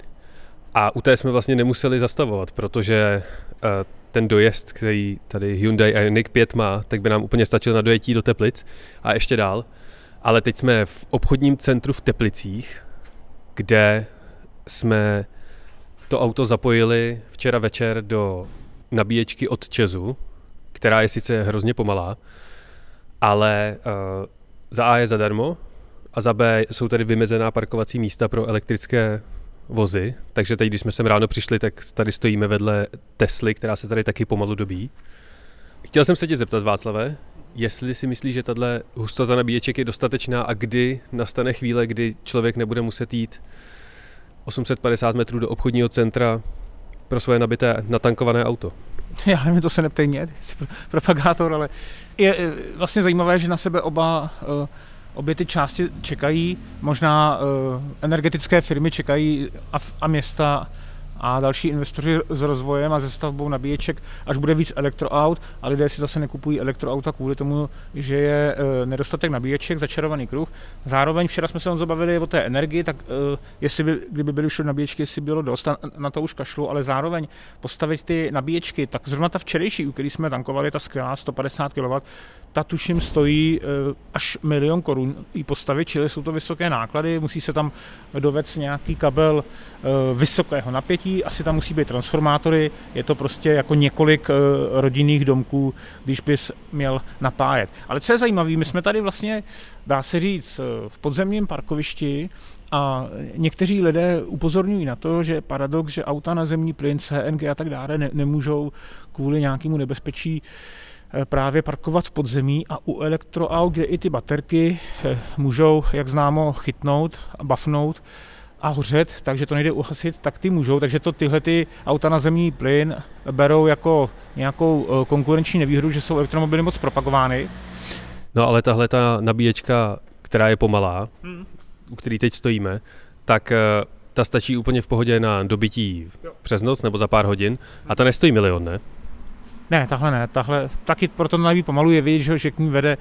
A u té jsme vlastně nemuseli zastavovat, protože ten dojezd, který tady Hyundai Ioniq pět má, tak by nám úplně stačil na dojetí do Teplic a ještě dál. Ale teď jsme v obchodním centru v Teplicích, kde jsme to auto zapojili včera večer do nabíječky od ČEZu, která je sice hrozně pomalá, ale uh, za A je zadarmo a za B jsou tady vymezená parkovací místa pro elektrické vozy, takže teď, když jsme sem ráno přišli, tak tady stojíme vedle Tesly, která se tady taky pomalu dobíjí. Chtěl jsem se tě zeptat, Václave, jestli si myslíš, že tato hustota nabíječek je dostatečná a kdy nastane chvíle, kdy člověk nebude muset jít osm set padesát metrů do obchodního centra pro svoje nabité natankované auto. Já nevím, to se neptej mě, jsi propagátor, ale je vlastně zajímavé, že na sebe oba obě ty části čekají, možná energetické firmy čekají a, a města a další investoři s rozvojem a se stavbou nabíječek, až bude víc elektroaut, a lidé si zase nekupují elektroauta kvůli tomu, že je e, nedostatek nabíječek, začarovaný kruh. Zároveň včera jsme se on zabavili o té energii, tak e, jestli by, kdyby byly všude nabíječky, jestli bylo dost, a na to už kašlu, ale zároveň postavit ty nabíječky, tak zrovna ta včerejší, u který jsme tankovali, ta skvělá sto padesát kilowattů, ta tuším stojí e, až milion korun ji postavit, čili jsou to vysoké náklady, musí se tam dovést nějaký kabel e, vysokého napětí, asi tam musí být transformátory, je to prostě jako několik e, rodinných domků, když bys měl napájet. Ale co je zajímavé, my jsme tady vlastně, dá se říct, v podzemním parkovišti a někteří lidé upozorňují na to, že paradox, že auta na zemní plyn, C N G a tak dále ne, nemůžou kvůli nějakému nebezpečí právě parkovat v podzemí, a u elektroaut, kde i ty baterky můžou, jak známo, chytnout a bafnout a hořet, takže to nejde uhasit, tak ty můžou, takže to tyhle ty auta na zemní plyn berou jako nějakou konkurenční nevýhodu, že jsou elektromobily moc propagovány. No ale tahle ta nabíječka, která je pomalá, hmm. u který teď stojíme, tak ta stačí úplně v pohodě na dobytí přes noc nebo za pár hodin a ta nestojí milion, ne? Ne, tahle ne, tahle, taky proto nejvíc pomalu je vidět, že k ní vede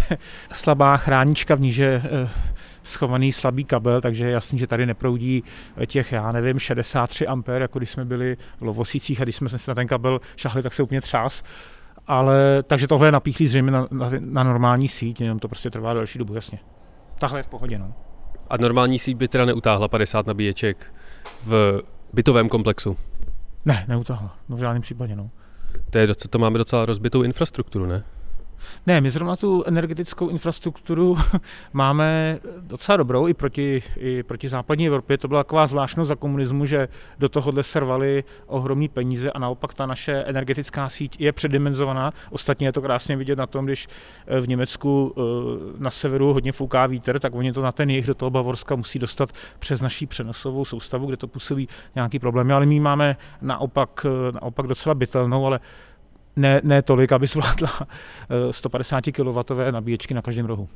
slabá chránička, v níž je schovaný slabý kabel, takže je jasný, že tady neproudí těch, já nevím, šedesát tři ampér, jako když jsme byli v Lovosicích a když jsme se na ten kabel šahli, tak se úplně třás. Ale, takže tohle je napíchlý zřejmě na, na, na normální síť, jenom to prostě trvá další dobu, jasně. Tahle je v pohodě, no. A normální síť by teda neutáhla padesát nabíječek v bytovém komplexu? Ne, neutáhla, no v žádném případě, no. To, je, to máme docela rozbitou infrastrukturu, ne? Ne, my zrovna tu energetickou infrastrukturu máme docela dobrou i proti, i proti západní Evropě. To byla taková zvláštnost za komunismu, že do tohohle se rvaly ohromný peníze a naopak ta naše energetická síť je předimenzovaná. Ostatně je to krásně vidět na tom, když v Německu na severu hodně fouká vítr, tak oni to na ten jih do toho Bavorska musí dostat přes naší přenosovou soustavu, kde to působí nějaký problémy. Ale my máme naopak, naopak docela bytelnou, ale Ne, ne tolik, aby zvládla sto padesát kilowattové nabíječky na každém rohu.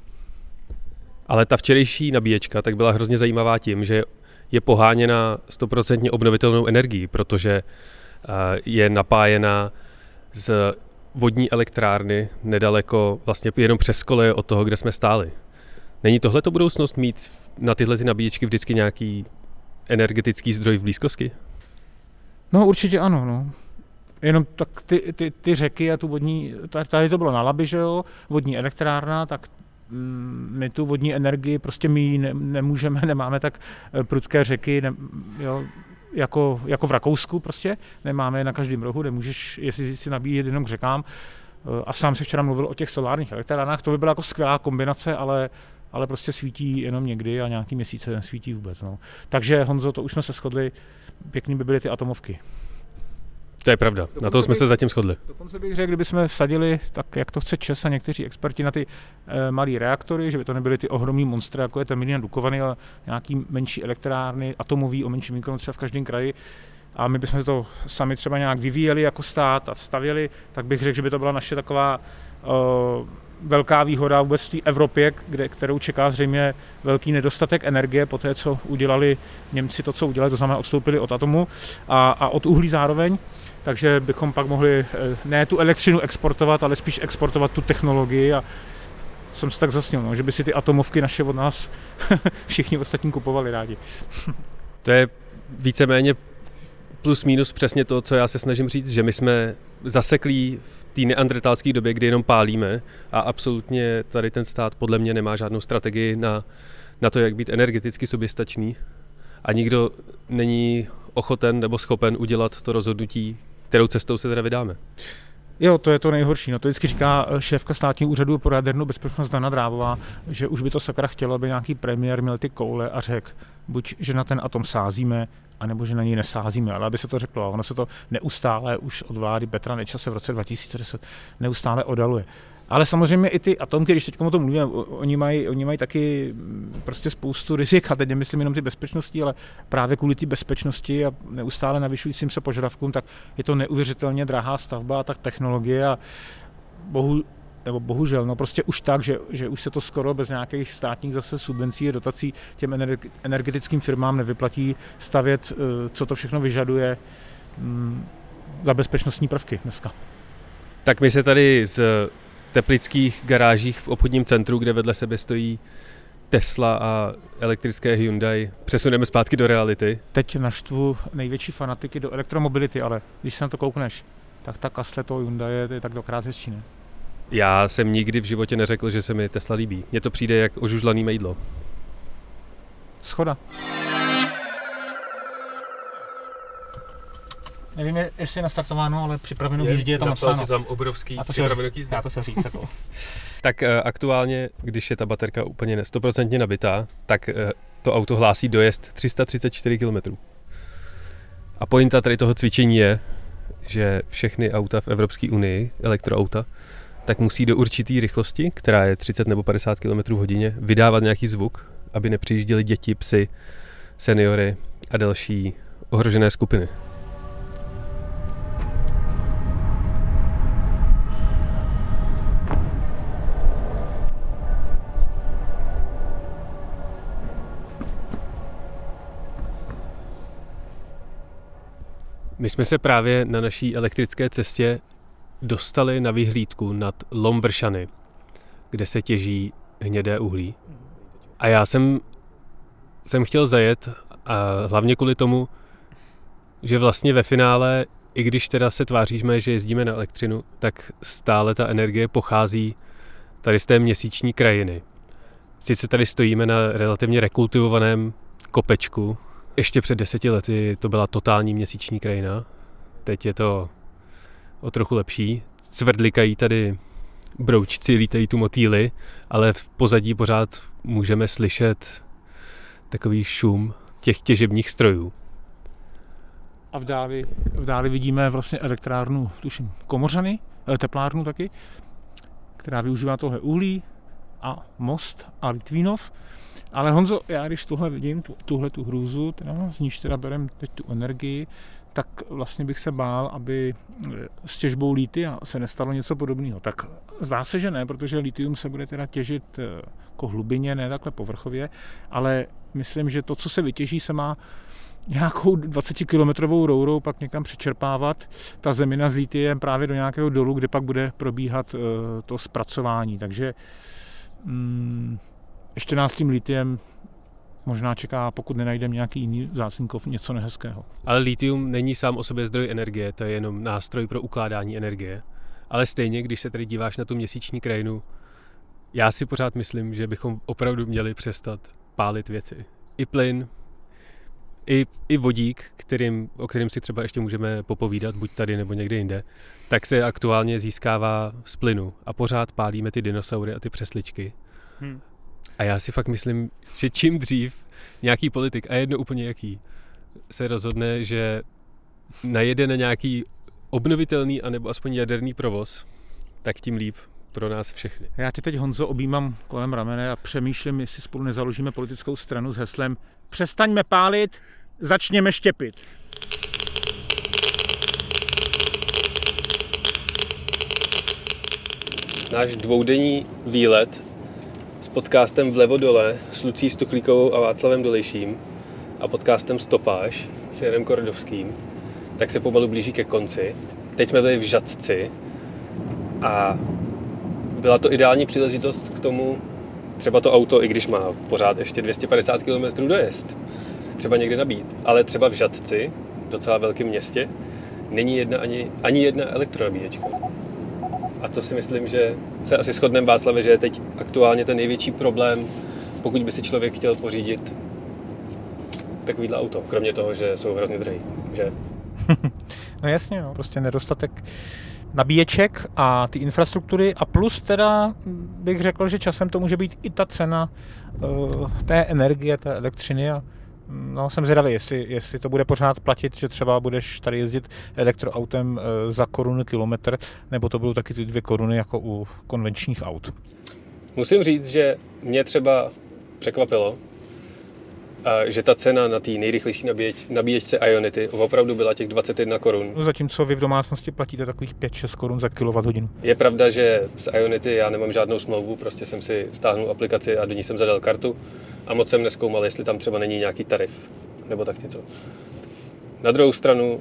Ale ta včerejší nabíječka tak byla hrozně zajímavá tím, že je poháněna sto procent obnovitelnou energií, protože je napájena z vodní elektrárny nedaleko, vlastně jenom přes koleje od toho, kde jsme stáli. Není tohleto budoucnost mít na tyhle ty nabíječky vždycky nějaký energetický zdroj v blízkosti? No určitě ano, no. Jenom tak ty, ty, ty řeky a tu vodní, tady to bylo na Labi, že jo, vodní elektrárna, tak my tu vodní energii prostě my ne, nemůžeme, nemáme tak prudké řeky, ne, jo, jako, jako v Rakousku prostě, nemáme je na každém rohu, nemůžeš, jestli si nabíjet jenom k řekám. A sám si včera mluvil o těch solárních elektrárnách, to by byla jako skvělá kombinace, ale ale prostě svítí jenom někdy a nějaký měsíce nesvítí vůbec. No. Takže Honzo, to už jsme se shodli, pěkný by byly ty atomovky. To je pravda, dokonce na to jsme bych, se zatím shodli. Dokonce bych řekl, kdyby jsme vsadili, tak jak to chce ČEZ a někteří experti na ty e, malé reaktory, že by to nebyly ty ohromný monstra, jako je Temelín Dukovany, ale nějaký menší elektrárny, atomový o menším výkonu třeba v každém kraji. A my bychom to sami třeba nějak vyvíjeli jako stát a stavěli, tak bych řekl, že by to byla naše taková o, velká výhoda vůbec v té Evropě, kde, kterou čeká zřejmě velký nedostatek energie po té, co udělali Němci to, co udělali, to znamená odstoupili od atomu a, a od uhlí zároveň. Takže bychom pak mohli ne tu elektřinu exportovat, ale spíš exportovat tu technologii a jsem se tak zasnil, no, že by si ty atomovky naše od nás všichni ostatní kupovali rádi. To je víceméně plus minus přesně to, co já se snažím říct, že my jsme zaseklí v té neandertalské době, kdy jenom pálíme a absolutně tady ten stát podle mě nemá žádnou strategii na, na to, jak být energeticky soběstačný a nikdo není ochoten nebo schopen udělat to rozhodnutí, kterou cestou se teda vydáme. Jo, to je to nejhorší. No to vždycky říká šéfka státního úřadu pro jadernou bezpečnost Dana Drábová, že už by to sakra chtělo, aby nějaký premiér měl ty koule a řekl, buď, že na ten atom sázíme, anebo že na něj nesázíme, ale aby se to řeklo. A ono se to neustále už od vlády Petra Nečase v roce dva tisíce deset neustále odaluje. Ale samozřejmě i ty atomky, když teď o tom mluvíme, oni mají, oni mají taky prostě spoustu rizik, a teď nemyslím jenom ty bezpečnosti, ale právě kvůli ty bezpečnosti a neustále navyšujícím se požadavkům, tak je to neuvěřitelně drahá stavba a tak technologie a bohu, nebo bohužel, no prostě už tak, že, že už se to skoro bez nějakých státních zase subvencí a dotací těm energetickým firmám nevyplatí stavět, co to všechno vyžaduje za bezpečnostní prvky dneska. Tak my se tady z teplických garážích v obchodním centru, kde vedle sebe stojí Tesla a elektrické Hyundai, přesuneme zpátky do reality. Teď naštvu největší fanatiky do elektromobility, ale když se na to koukneš, tak ta kasle toho Hyundai je tak dokrát hezčí, ne? Já jsem nikdy v životě neřekl, že se mi Tesla líbí. Mně to přijde jak ožužlaný mejdlo. Schoda. Nevím, jestli je nastartováno, ale připraveno k jízdě je tam napsáno. tam obrovský připraveno k jízdě. Já to chtěl říct. Jako. Tak uh, aktuálně, když je ta baterka úplně sto procent nabitá, tak uh, to auto hlásí dojezd tři sta třicet čtyři kilometrů. A pointa tady toho cvičení je, že všechny auta v Evropské unii, elektroauta, tak musí do určitý rychlosti, která je třicet nebo padesát kilometrů v hodině, vydávat nějaký zvuk, aby nepřijížděli děti, psy, seniory a další ohrožené skupiny. My jsme se právě na naší elektrické cestě dostali na vyhlídku nad Lom Vršany, kde se těží hnědé uhlí. A já jsem, jsem chtěl zajet, a hlavně kvůli tomu, že vlastně ve finále, i když teda se tváříme, že jezdíme na elektřinu, tak stále ta energie pochází tady z té měsíční krajiny. Sice tady stojíme na relativně rekultivovaném kopečku. Ještě před deseti lety to byla totální měsíční krajina. Teď je to o trochu lepší. Cvrdlikají tady broučci, lítají tu motýly, ale v pozadí pořád můžeme slyšet takový šum těch těžebních strojů. A v dáli, v dáli vidíme vlastně elektrárnu, tuším, Komořany, teplárnu taky, která využívá tohle uhlí a Most a Litvínov. Ale Honzo, já když tohle vidím, tu, tuhle tu hrůzu, teda, z níž teda berem teď tu energii, tak vlastně bych se bál, aby s těžbou litia se nestalo něco podobného. Tak zdá se, že ne, protože litium se bude teda těžit jako hlubině, ne takhle povrchově, ale myslím, že to, co se vytěží, se má nějakou dvacetikilometrovou rourou pak někam přečerpávat ta zemina s litiem právě do nějakého dolu, kde pak bude probíhat uh, to zpracování. Takže um, ještě nás tím litiem možná čeká, pokud nenajdeme nějaký jiný vzácníkov, něco nehezkého. Ale litium není sám o sobě zdroj energie, to je jenom nástroj pro ukládání energie. Ale stejně, když se tady díváš na tu měsíční krajinu, já si pořád myslím, že bychom opravdu měli přestat pálit věci. I plyn, i, i vodík, kterým, o kterém si třeba ještě můžeme popovídat, buď tady nebo někde jinde, tak se aktuálně získává z plynu a pořád pálíme ty dinosaury a ty přesličky. Hmm. A já si fakt myslím, že čím dřív nějaký politik, a jedno úplně jaký, se rozhodne, že najede na nějaký obnovitelný anebo aspoň jaderný provoz, tak tím líp pro nás všechny. Já tě teď, Honzo, objímám kolem ramene a přemýšlím, jestli spolu nezaložíme politickou stranu s heslem Přestaňme pálit, začněme štěpit. Náš dvoudenní výlet s podcastem Vlevo dole s Lucí Stuchlíkovou a Václavem Dolejším a podcastem Stopáž s Janem Kordovským, tak se pomalu blíží ke konci. Teď jsme byli v Žatci a byla to ideální příležitost k tomu, třeba to auto, i když má pořád ještě dvě stě padesát kilometrů dojezd, třeba někde nabít, ale třeba v Žatci, docela velkém městě, není jedna ani, ani jedna elektronabíječka. A to si myslím, že se asi shodneme, Václave, že je teď aktuálně ten největší problém, pokud by si člověk chtěl pořídit takovýhle auto, kromě toho, že jsou hrozně drahý, že? No jasně, no, prostě nedostatek nabíječek a ty infrastruktury a plus teda bych řekl, že časem to může být i ta cena uh, té energie, té elektřiny a no, jsem zvědavý, jestli, jestli to bude pořád platit, že třeba budeš tady jezdit elektroautem uh, za korunu kilometr, nebo to budou taky ty dvě koruny jako u konvenčních aut. Musím říct, že mě třeba překvapilo, a že ta cena na té nejrychlejší nabíječ, nabíječce Ionity opravdu byla těch dvacet jedna korun. No, zatímco vy v domácnosti platíte takových pět šest korun za kilowatthodinu. Je pravda, že z Ionity já nemám žádnou smlouvu, prostě jsem si stáhnul aplikaci a do ní jsem zadal kartu a moc jsem nezkoumal, jestli tam třeba není nějaký tarif nebo tak něco. Na druhou stranu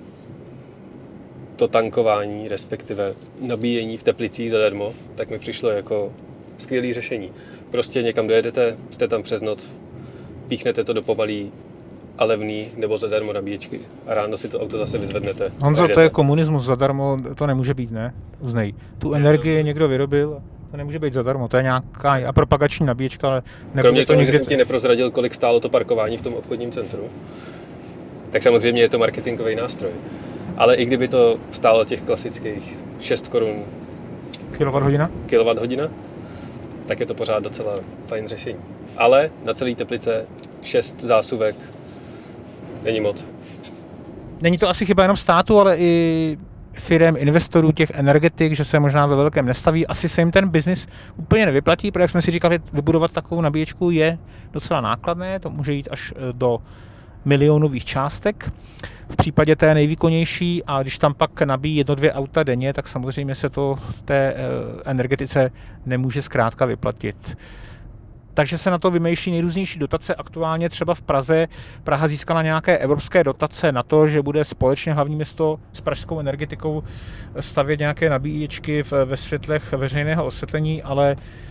to tankování, respektive nabíjení v Teplicích zadarmo, tak mi přišlo jako skvělé řešení. Prostě někam dojedete, jste tam přes noc, píchnete to do pomalý a levný nebo zadarmo nabíječky a ráno si to auto zase vyzvednete. Honzo, to je komunismus, zadarmo to nemůže být, ne? Uznej. Tu energii někdo vyrobil, to nemůže být zadarmo, to je nějaká a propagační nabíječka, ale kromě to toho, někde... že jsem ti neprozradil, kolik stálo to parkování v tom obchodním centru, tak samozřejmě je to marketingový nástroj. Ale i kdyby to stálo těch klasických šest korun kilowatthodina, kilowatthodina, tak je to pořád docela fajn řešení. Ale na celý Teplice šest zásuvek není moc. Není to asi chyba jenom státu, ale i firem, investorů, těch energetik, že se možná ve velkém nestaví. Asi se jim ten biznis úplně nevyplatí, protože jak jsme si říkali, vybudovat takovou nabíječku je docela nákladné, to může jít až do milionových částek. V případě té nejvýkonnější a když tam pak nabíjí jedno, dvě auta denně, tak samozřejmě se to té energetice nemůže zkrátka vyplatit. takže se na to vymýšlí nejrůznější dotace. Aktuálně třeba v Praze Praha získala nějaké evropské dotace na to, že bude společně hlavní město s pražskou energetikou stavět nějaké nabíječky ve světlech veřejného osvětlení, ale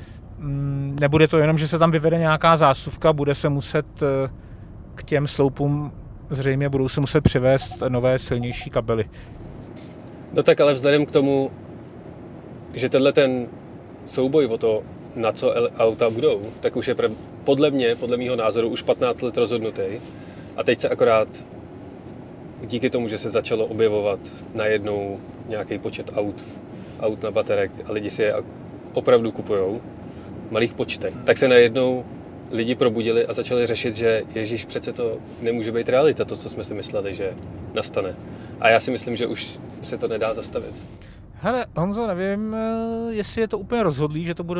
mm, nebude to jenom, že se tam vyvede nějaká zásuvka, bude se muset k těm sloupům zřejmě budou se muset přivést nové silnější kabely. No tak ale vzhledem k tomu, že tenhle ten souboj o to, na co auta budou, tak už je pre, podle mě, podle mýho názoru, už patnáct let rozhodnutý. A teď se akorát díky tomu, že se začalo objevovat najednou nějaký počet aut, aut na baterek a lidi si je opravdu kupujou v malých počtech, tak se najednou lidi probudili a začali řešit, že ježíš, přece to nemůže být realita, to, co jsme si mysleli, že nastane. A já si myslím, že už se to nedá zastavit. Hele, Honzo, nevím, jestli je to úplně rozhodlý, že to bude,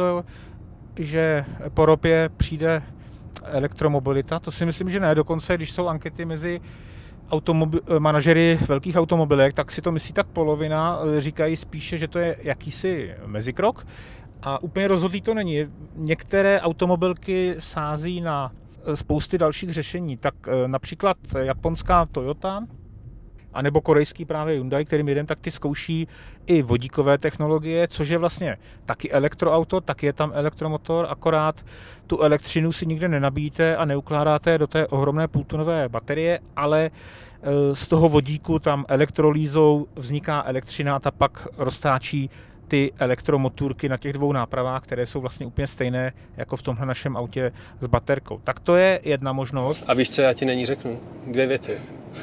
že po ropě přijde elektromobilita. To si myslím, že ne. Dokonce, když jsou ankety mezi automobi- manažery velkých automobilek, tak si to myslí tak polovina. Říkají spíše, že to je jakýsi mezikrok. A úplně rozhodlý to není. Některé automobilky sází na spousty dalších řešení. Tak například japonská Toyota, anebo korejský právě Hyundai, kterým jedem, tak ty zkouší i vodíkové technologie, což je vlastně taky elektroauto, taky je tam elektromotor, akorát tu elektřinu si nikde nenabíjíte a neukládáte do té ohromné půltonové baterie, ale z toho vodíku tam elektrolýzou vzniká elektřina a ta pak roztáčí ty elektromotůrky na těch dvou nápravách, které jsou vlastně úplně stejné jako v tomhle našem autě s baterkou. Tak to je jedna možnost. A víš, co já ti není řeknu? Dvě věci.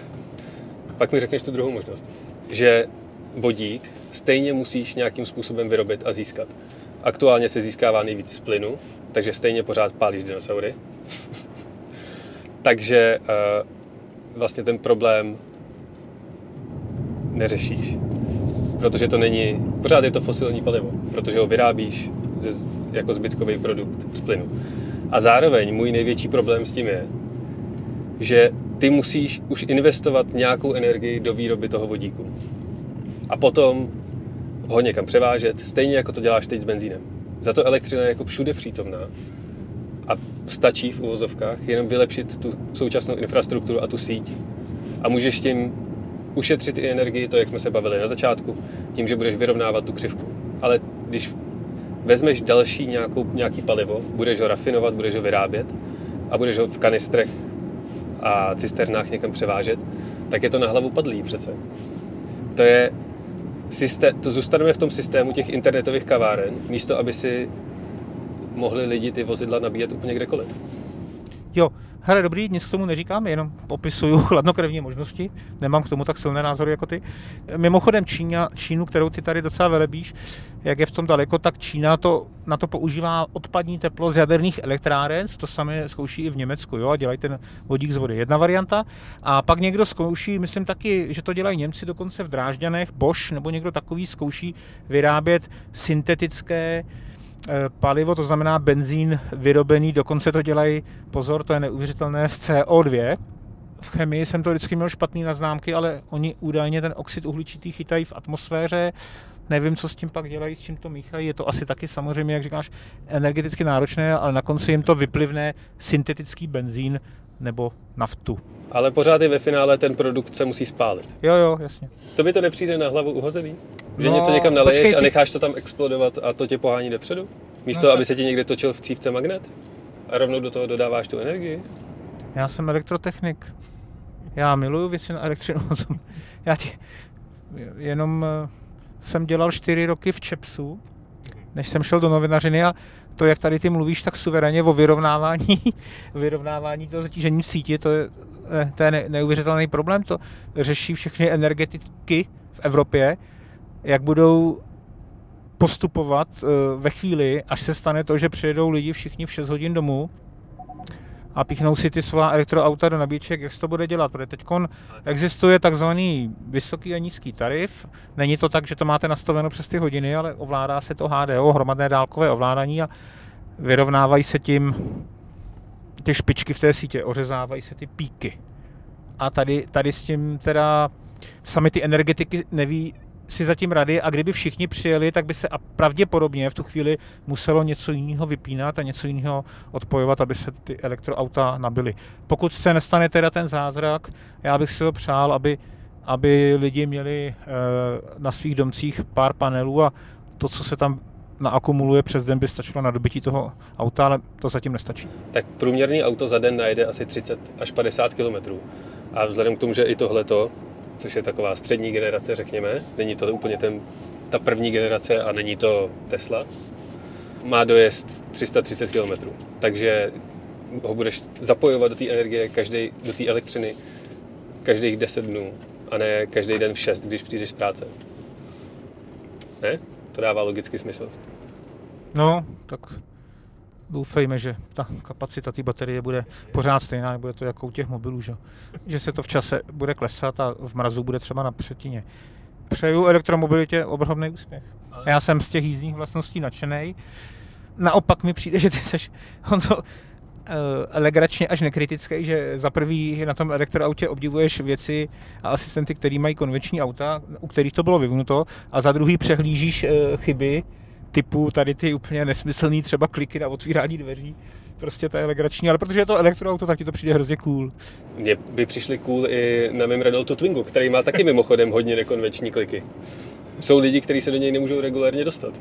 Pak mi řekneš tu druhou možnost. Že vodík stejně musíš nějakým způsobem vyrobit a získat. Aktuálně se získává nejvíc z plynu, takže stejně pořád pálíš dinosaury. takže uh, vlastně ten problém neřešíš. Protože to není, pořád je to fosilní palivo, protože ho vyrábíš ze, jako zbytkový produkt z plynu. A zároveň můj největší problém s tím je, že ty musíš už investovat nějakou energii do výroby toho vodíku. A potom ho někam převážet, stejně jako to děláš teď s benzínem. Za to elektřina je jako všude přítomná. A stačí v uvozovkách jenom vylepšit tu současnou infrastrukturu a tu síť. A můžeš tím ušetřit i energii, to, jak jsme se bavili na začátku, tím, že budeš vyrovnávat tu křivku. Ale když vezmeš další nějakou, nějaký palivo, budeš ho rafinovat, budeš ho vyrábět a budeš ho v kanistrech a cisternách někam převážet, tak je to na hlavu padlý přece. To je systém, to zůstaneme v tom systému těch internetových kaváren, místo aby si mohli lidi ty vozidla nabíjet úplně kdekoliv. Jo, hele, dobrý, nic k tomu neříkám, jenom popisuju chladnokrevní možnosti, nemám k tomu tak silné názory jako ty. Mimochodem Čína, Čínu, kterou ty tady docela velebíš, jak je v tom daleko, tak Čína to, na to používá odpadní teplo z jaderných elektráren, to samé zkouší i v Německu, jo, a dělají ten vodík z vody. Jedna varianta. A pak někdo zkouší, myslím taky, že to dělají Němci dokonce v Drážďanech, Bosch nebo někdo takový zkouší vyrábět syntetické palivo, to znamená benzín vyrobený, dokonce to dělají, pozor, to je neuvěřitelné, z C O dva. V chemii jsem to vždycky měl špatný na známky, ale oni údajně ten oxid uhličitý chytají v atmosféře. Nevím, co s tím pak dělají, s čím to míchají. Je to asi taky samozřejmě, jak říkáš, energeticky náročné, ale na konci jim to vyplivne syntetický benzín nebo naftu. Ale pořád je ve finále ten produkt se musí spálit. Jo, jo, jasně. To by to nepřijde na hlavu uhozený? Že no, něco někam naleješ počkej, ty... a necháš to tam explodovat a to tě pohání dopředu? Místo, no, aby tak... se ti někde točil v cívce magnet? A rovnou do toho dodáváš tu energii? Já jsem elektrotechnik. Já miluju věci na elektřinu. Já ti... Jenom jsem dělal čtyři roky v ČEPSu, než jsem šel do novinařiny a to, jak tady ty mluvíš tak suverénně o vyrovnávání, vyrovnávání toho zatížení v síti, to je, to je neuvěřitelný problém. To řeší všechny energetiky v Evropě, jak budou postupovat ve chvíli, až se stane to, že přijedou lidi všichni v šest hodin domů a píchnou si ty svá elektroauta do nabíječek, jak se to bude dělat. Protože teď existuje takzvaný vysoký a nízký tarif. Není to tak, že to máte nastaveno přes ty hodiny, ale ovládá se to H D O, hromadné dálkové ovládání a vyrovnávají se tím ty špičky v té sítě, ořezávají se ty píky. A tady, tady s tím teda sami ty energetiky neví, si zatím rady a kdyby všichni přijeli, tak by se a pravděpodobně v tu chvíli muselo něco jiného vypínat a něco jiného odpojovat, aby se ty elektroauta nabily. Pokud se nestane teda ten zázrak, já bych si ho přál, aby, aby lidi měli e, na svých domcích pár panelů a to, co se tam naakumuluje přes den, by stačilo na dobytí toho auta, ale to zatím nestačí. Tak průměrný auto za den najede asi třicet až padesát kilometrů. A vzhledem k tomu, že i tohleto, což je taková střední generace, řekněme, není to úplně ten, ta první generace a není to Tesla, má dojezd tři sta třicet kilometrů. Takže ho budeš zapojovat do té energie, každý, do té elektřiny každých deset dnů a ne každý den v šest, když přijdeš z práce. Ne? To dává logický smysl. No, tak doufejme, že ta kapacita té baterie bude pořád stejná, nebude to jako u těch mobilů, že? Že se to v čase bude klesat a v mrazu bude třeba na třetině. Přeju elektromobilitě obrovný úspěch. Já jsem z těch jízdních vlastností nadšenej. Naopak mi přijde, že ty seš, Honzo, legračně až nekritický, že za prvý na tom elektroautě obdivuješ věci a asistenty, který mají konvenční auta, u kterých to bylo vyvinuto, a za druhý přehlížíš chyby typu tady ty úplně nesmyslný třeba kliky na otvírání dveří. Prostě to je legrační, ale protože je to elektroauto, tak ti to přijde hrozně cool. Mně by přišly cool i na mém Renaultu Twingu, který má taky mimochodem hodně nekonvenční kliky. Jsou lidi, kteří se do něj nemůžou regulárně dostat.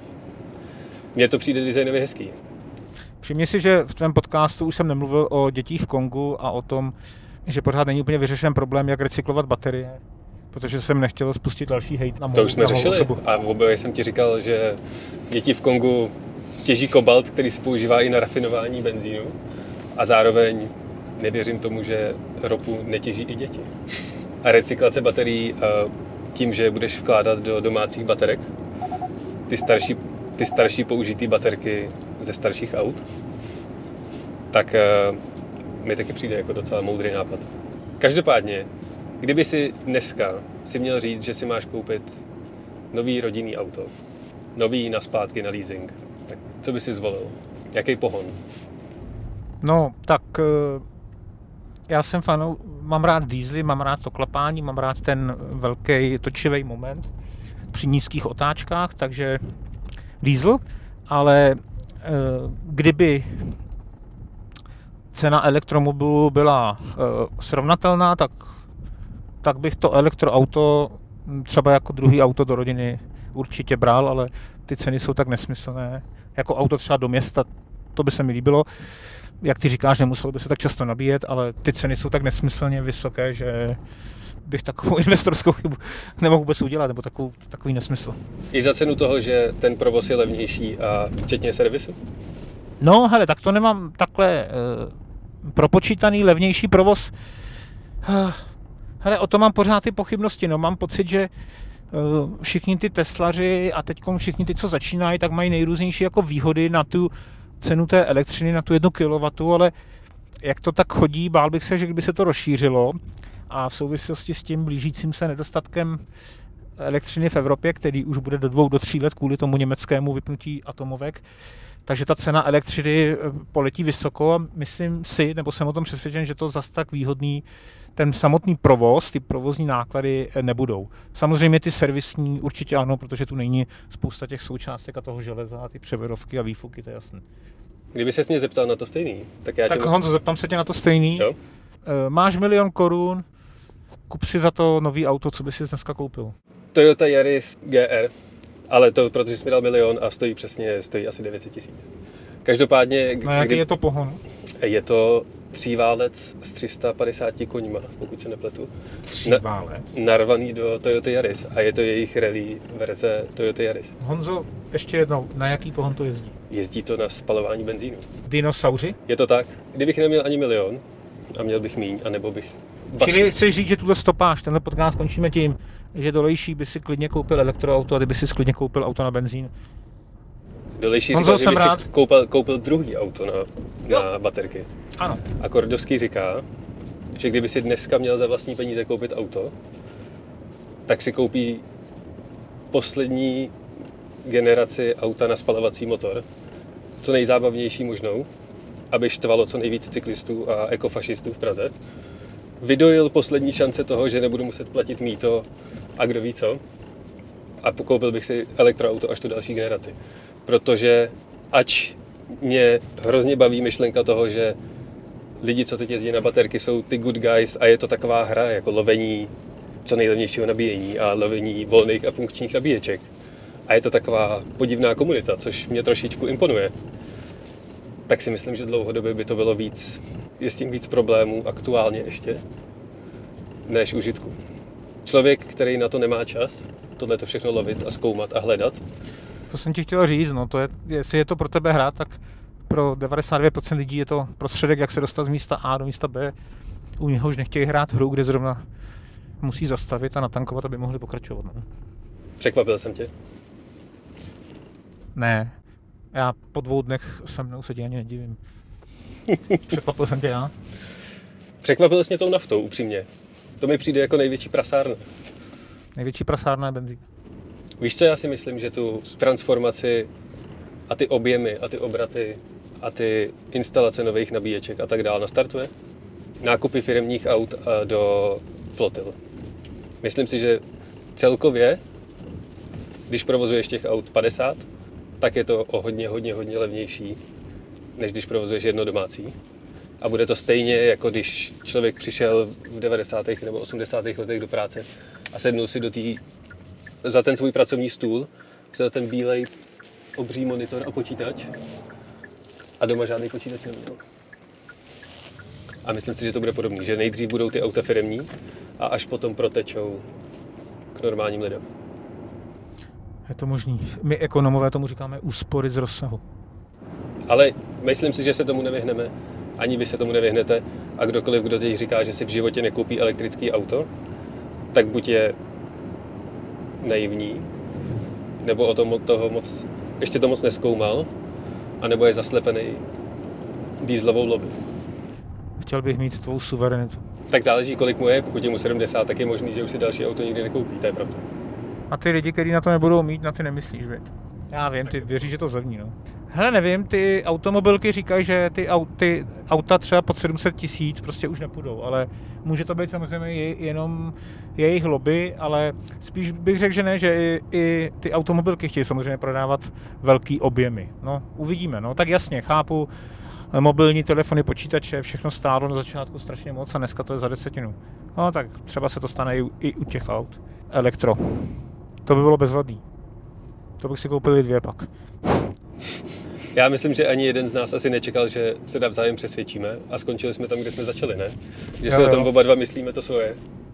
Mně to přijde designově hezký. Všimni si, že v tvém podcastu už jsem nemluvil o dětích v Kongu a o tom, že pořád není úplně vyřešen problém, jak recyklovat baterie, protože jsem nechtěl spustit další hejt na mou, to už jsme na mou řešili osobu. A oboje jsem ti říkal, že děti v Kongu těží kobalt, který se používá i na rafinování benzínu, a zároveň nevěřím tomu, že ropu netěží i děti. A recyklace baterií tím, že budeš vkládat do domácích baterek ty starší, ty starší použitý baterky ze starších aut, tak mi taky přijde jako docela moudrý nápad. Každopádně, kdyby si dneska si měl říct, že si máš koupit nový rodinný auto, nový na splátky na leasing, tak co by si zvolil? Jaký pohon? No, tak já jsem fanou, mám rád diesely, mám rád to klapání, mám rád ten velký točivý moment při nízkých otáčkách, takže diesel, ale kdyby cena elektromobilu byla srovnatelná, tak, tak bych to elektroauto třeba jako druhý auto do rodiny určitě bral, ale ty ceny jsou tak nesmyslné. Jako auto třeba do města, to by se mi líbilo. Jak ty říkáš, nemuselo by se tak často nabíjet, ale ty ceny jsou tak nesmyslně vysoké, že bych takovou investorskou chybu nemohl vůbec udělat, nebo takovou, takový nesmysl. I za cenu toho, že ten provoz je levnější a včetně servisu? No, hele, tak to nemám takhle e, propočítaný levnější provoz. Hele, o to mám pořád ty pochybnosti, no, mám pocit, že e, všichni ty Teslaři a teď všichni ty, co začínají, tak mají nejrůznější jako výhody na tu cenu té elektřiny, na tu jednu kilowattu, ale jak to tak chodí, bál bych se, že kdyby se to rozšířilo a v souvislosti s tím blížícím se nedostatkem elektřiny v Evropě, který už bude do dvou, do tří let kvůli tomu německému vypnutí atomovek, takže ta cena elektřiny poletí vysoko a myslím si, nebo jsem o tom přesvědčen, že to zas tak výhodný ten samotný provoz, ty provozní náklady nebudou. Samozřejmě ty servisní určitě ano, protože tu není spousta těch součástek a toho železa a ty převodovky a výfuky, to je jasné. Kdyby ses mě zeptal na to stejný, tak já Tak tě... Honzo, zeptám se tě na to stejný. Jo? Máš milion korun, kup si za to nový auto, co bys si dneska koupil? Toyota Yaris G R, ale to protože jsi mi dal milion a stojí přesně, stojí asi devět set tisíc. Každopádně... No jaký kdy... je to pohon? Je to tříválec s tři sta padesáti koňma, pokud se nepletu. Tříválec? Na, narvaný do Toyota Yaris a je to jejich rally verze Toyota Yaris. Honzo, ještě jednou, na jaký pohon to jezdí? Jezdí to na spalování benzínu. Dinosauři? Je to tak. Kdybych neměl ani milion a měl bych míň, anebo bych... Bas... Čili chceš říct, že tuhle stopáž, tenhle podcast končíme tím, že Dolejší by si klidně koupil elektroauto a ty by si klidně koupil auto na benzín. Dolejší říkal, že by si koupil, koupil druhý auto na, na baterky. Ano. A Kordovský říká, že kdyby si dneska měl za vlastní peníze koupit auto, tak si koupí poslední generaci auta na spalovací motor, co nejzábavnější možnou, aby štvalo co nejvíc cyklistů a ekofašistů v Praze. Vydojil poslední šance toho, že nebudu muset platit mýto a kdo ví co. a koupil bych si elektroauto až tu další generaci. Protože ač mě hrozně baví myšlenka toho, že lidi, co teď jezdí na baterky, jsou ty good guys a je to taková hra jako lovení co nejlevnějšího nabíjení a lovení volných a funkčních nabíječek. A je to taková podivná komunita, což mě trošičku imponuje. Tak si myslím, že dlouhodobě by to bylo víc, je s tím víc problémů aktuálně ještě, než užitku. Člověk, který na to nemá čas, tohle to všechno lovit a zkoumat a hledat. To jsem ti chtěl říct, no, to je, jestli je to pro tebe hra, tak pro devadesát devět procent lidí je to prostředek, jak se dostat z místa A do místa B. U něho už nechtějí hrát hru, kde zrovna musí zastavit a natankovat, aby mohli pokračovat. No. Překvapil jsem tě? Ne, já po dvou dnech se mnou se tě ani nedivím. Překvapil jsem tě já? Překvapil jsi mě tou naftou, upřímně. To mi přijde jako největší prasárna. Největší prasárna je benzín. Víš co, já si myslím, že tu transformaci a ty objemy a ty obraty a ty instalace nových nabíječek a tak dále nastartuje? Nákupy firemních aut do flotil. Myslím si, že celkově, když provozuješ těch aut padesát, tak je to o hodně, hodně, hodně levnější, než když provozuješ jedno domácí. A bude to stejně, jako když člověk přišel v devadesátých nebo osmdesátých letech do práce a sednul si do tý, za ten svůj pracovní stůl, za ten bílej obří monitor a počítač a doma žádný počítač neměl. A myslím si, že to bude podobný, že nejdřív budou ty auta firemní a až potom protečou k normálním lidem. Je to možný. My ekonomové tomu říkáme úspory z rozsahu. Ale myslím si, že se tomu nevyhneme. Ani vy se tomu nevyhnete. A kdokoliv, kdo teď říká, že si v životě nekoupí elektrický auto, tak buď je naivní, nebo o tom toho moc, ještě to moc nezkoumal, anebo je zaslepený dieselovou lobby. Chtěl bych mít tvou suverenitu. Tak záleží, kolik mu je. Pokud je mu sedmdesát, tak je možný, že už si další auto nikdy nekoupí. To je pravda. A ty lidi, kteří na to nebudou mít, na ty nemyslíš, viď? Já vím, ty věříš, že to zlevní, no. Hele, nevím, ty automobilky říkají, že ty, au, ty auta třeba pod sedm set tisíc prostě už nepůjdou, ale může to být samozřejmě jenom jejich lobby, ale spíš bych řekl, že ne, že i, i ty automobilky chtějí samozřejmě prodávat velký objemy. No, uvidíme, no, tak jasně, chápu, mobilní telefony, počítače, všechno stálo na začátku strašně moc a dneska to je za desetinu. No, tak třeba se to stane i, i u těch aut. Elektro. To by bylo bezvadný. To bych si koupil i dvě pak. Já myslím, že ani jeden z nás asi nečekal, že se navzájem přesvědčíme a skončili jsme tam, kde jsme začali, ne? Že jo, si jo. o tom oba dva myslíme to svoje.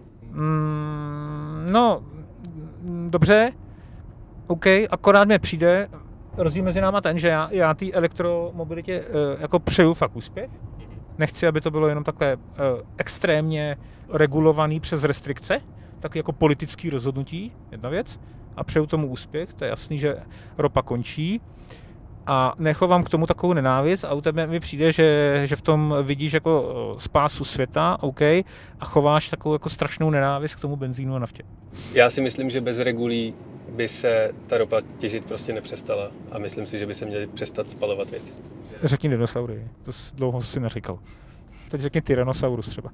Mm, no, dobře, OK, akorát mě přijde, rozdíl mezi náma ten, že já, já té elektromobilitě uh, jako přeju fakt úspěch. Nechci, aby to bylo jenom takhle uh, extrémně regulovaný přes restrikce, tak jako politický rozhodnutí, jedna věc, a přeju tomu úspěch, to je jasný, že ropa končí. A nechovám k tomu takovou nenávist a u tebe mi přijde, že, že v tom vidíš jako spásu světa, OK, a chováš takovou jako strašnou nenávist k tomu benzínu a naftě. Já si myslím, že bez regulí by se ta ropa těžit prostě nepřestala a myslím si, že by se měly přestat spalovat věci. Řekni dinosaury, to dlouho si neříkal. Teď řekni Tyrannosaurus třeba.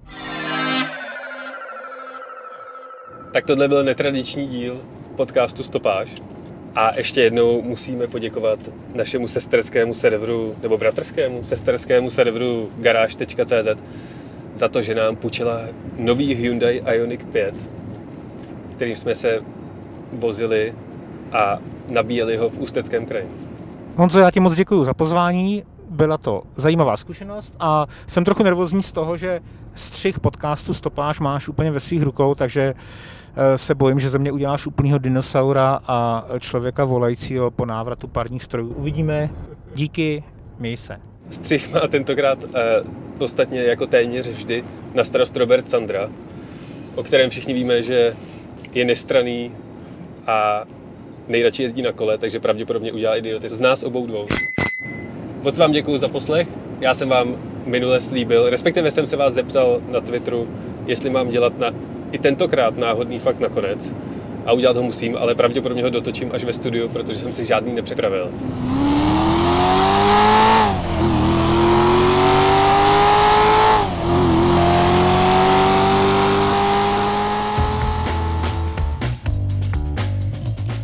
Tak tohle byl netradiční díl podcastu Stopáž. A ještě jednou musíme poděkovat našemu sesterskému serveru, nebo bratrskému sesterskému serveru garáž tečka cé zet za to, že nám půjčila nový Hyundai Ioniq pět, kterým jsme se vozili a nabíjeli ho v Ústeckém kraji. Honzo, já ti moc děkuji za pozvání, byla to zajímavá zkušenost a jsem trochu nervózní z toho, že střih podcastu Stopáž máš úplně ve svých rukou, takže se bojím, že ze mě uděláš úplnýho dinosaura a člověka volajícího po návratu párních strojů. Uvidíme. Díky, měj se. Střih má tentokrát eh, ostatně jako téměř vždy na starost Robert Sandra, o kterém všichni víme, že je nestranný a nejradši jezdí na kole, takže pravděpodobně udělá idioty z nás obou dvou. Moc vám děkuju za poslech. Já jsem vám minule slíbil, respektive jsem se vás zeptal na Twitteru, jestli mám dělat na i tentokrát náhodný fakt nakonec. A udělat ho musím, ale pravděpodobně ho dotočím až ve studiu, protože jsem si žádný nepřipravil.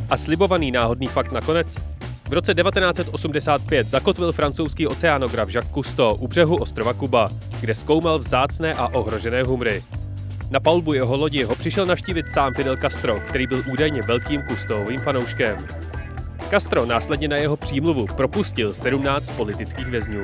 A slibovaný náhodný fakt nakonec? V roce devatenáct set osmdesát pět zakotvil francouzský oceánograf Jacques Cousteau u břehu ostrova Kuba, kde zkoumal vzácné a ohrožené humry. Na palbu jeho lodi ho přišel navštívit sám Fidel Castro, který byl údajně velkým Cousteauovým fanouškem. Castro následně na jeho přímluvu propustil sedmnáct politických vězňů.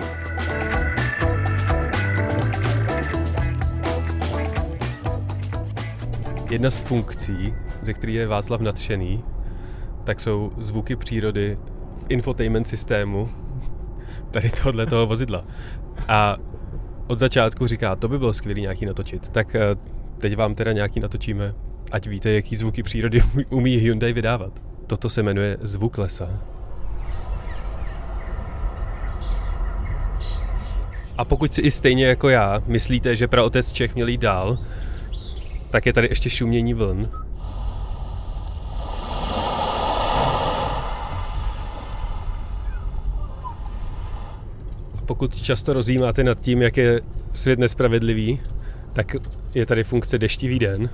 Jedna z funkcí, ze který je Václav nadšený, tak jsou zvuky přírody v infotainment systému tady tohoto vozidla. A od začátku říká, to by bylo skvělý nějaký natočit. Tak teď vám teda nějaký natočíme, ať víte, jaký zvuky přírody umí Hyundai vydávat. Toto se jmenuje zvuk lesa. A pokud si i stejně jako já myslíte, že praotec Čech měl jít dál, tak je tady ještě šumění vln. Pokud často rozjímáte nad tím, jak je svět nespravedlivý, tak je tady funkce deštivý den.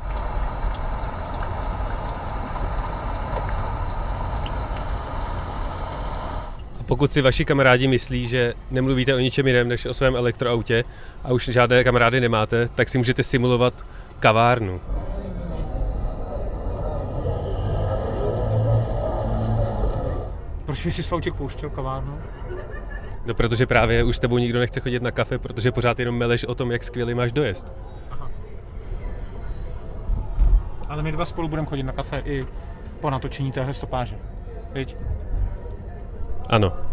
A pokud si vaši kamarádi myslí, že nemluvíte o ničem jiném než o svém elektroautě a už žádné kamarády nemáte, tak si můžete simulovat kavárnu. Proč jsi s Fauček pouštěl kavárnu? No, protože právě už s tebou nikdo nechce chodit na kafe, protože pořád jenom meleš o tom, jak skvělý máš dojezd. Aha. Ale my dva spolu budeme chodit na kafe i po natočení téhle stopáže. Viď? Ano.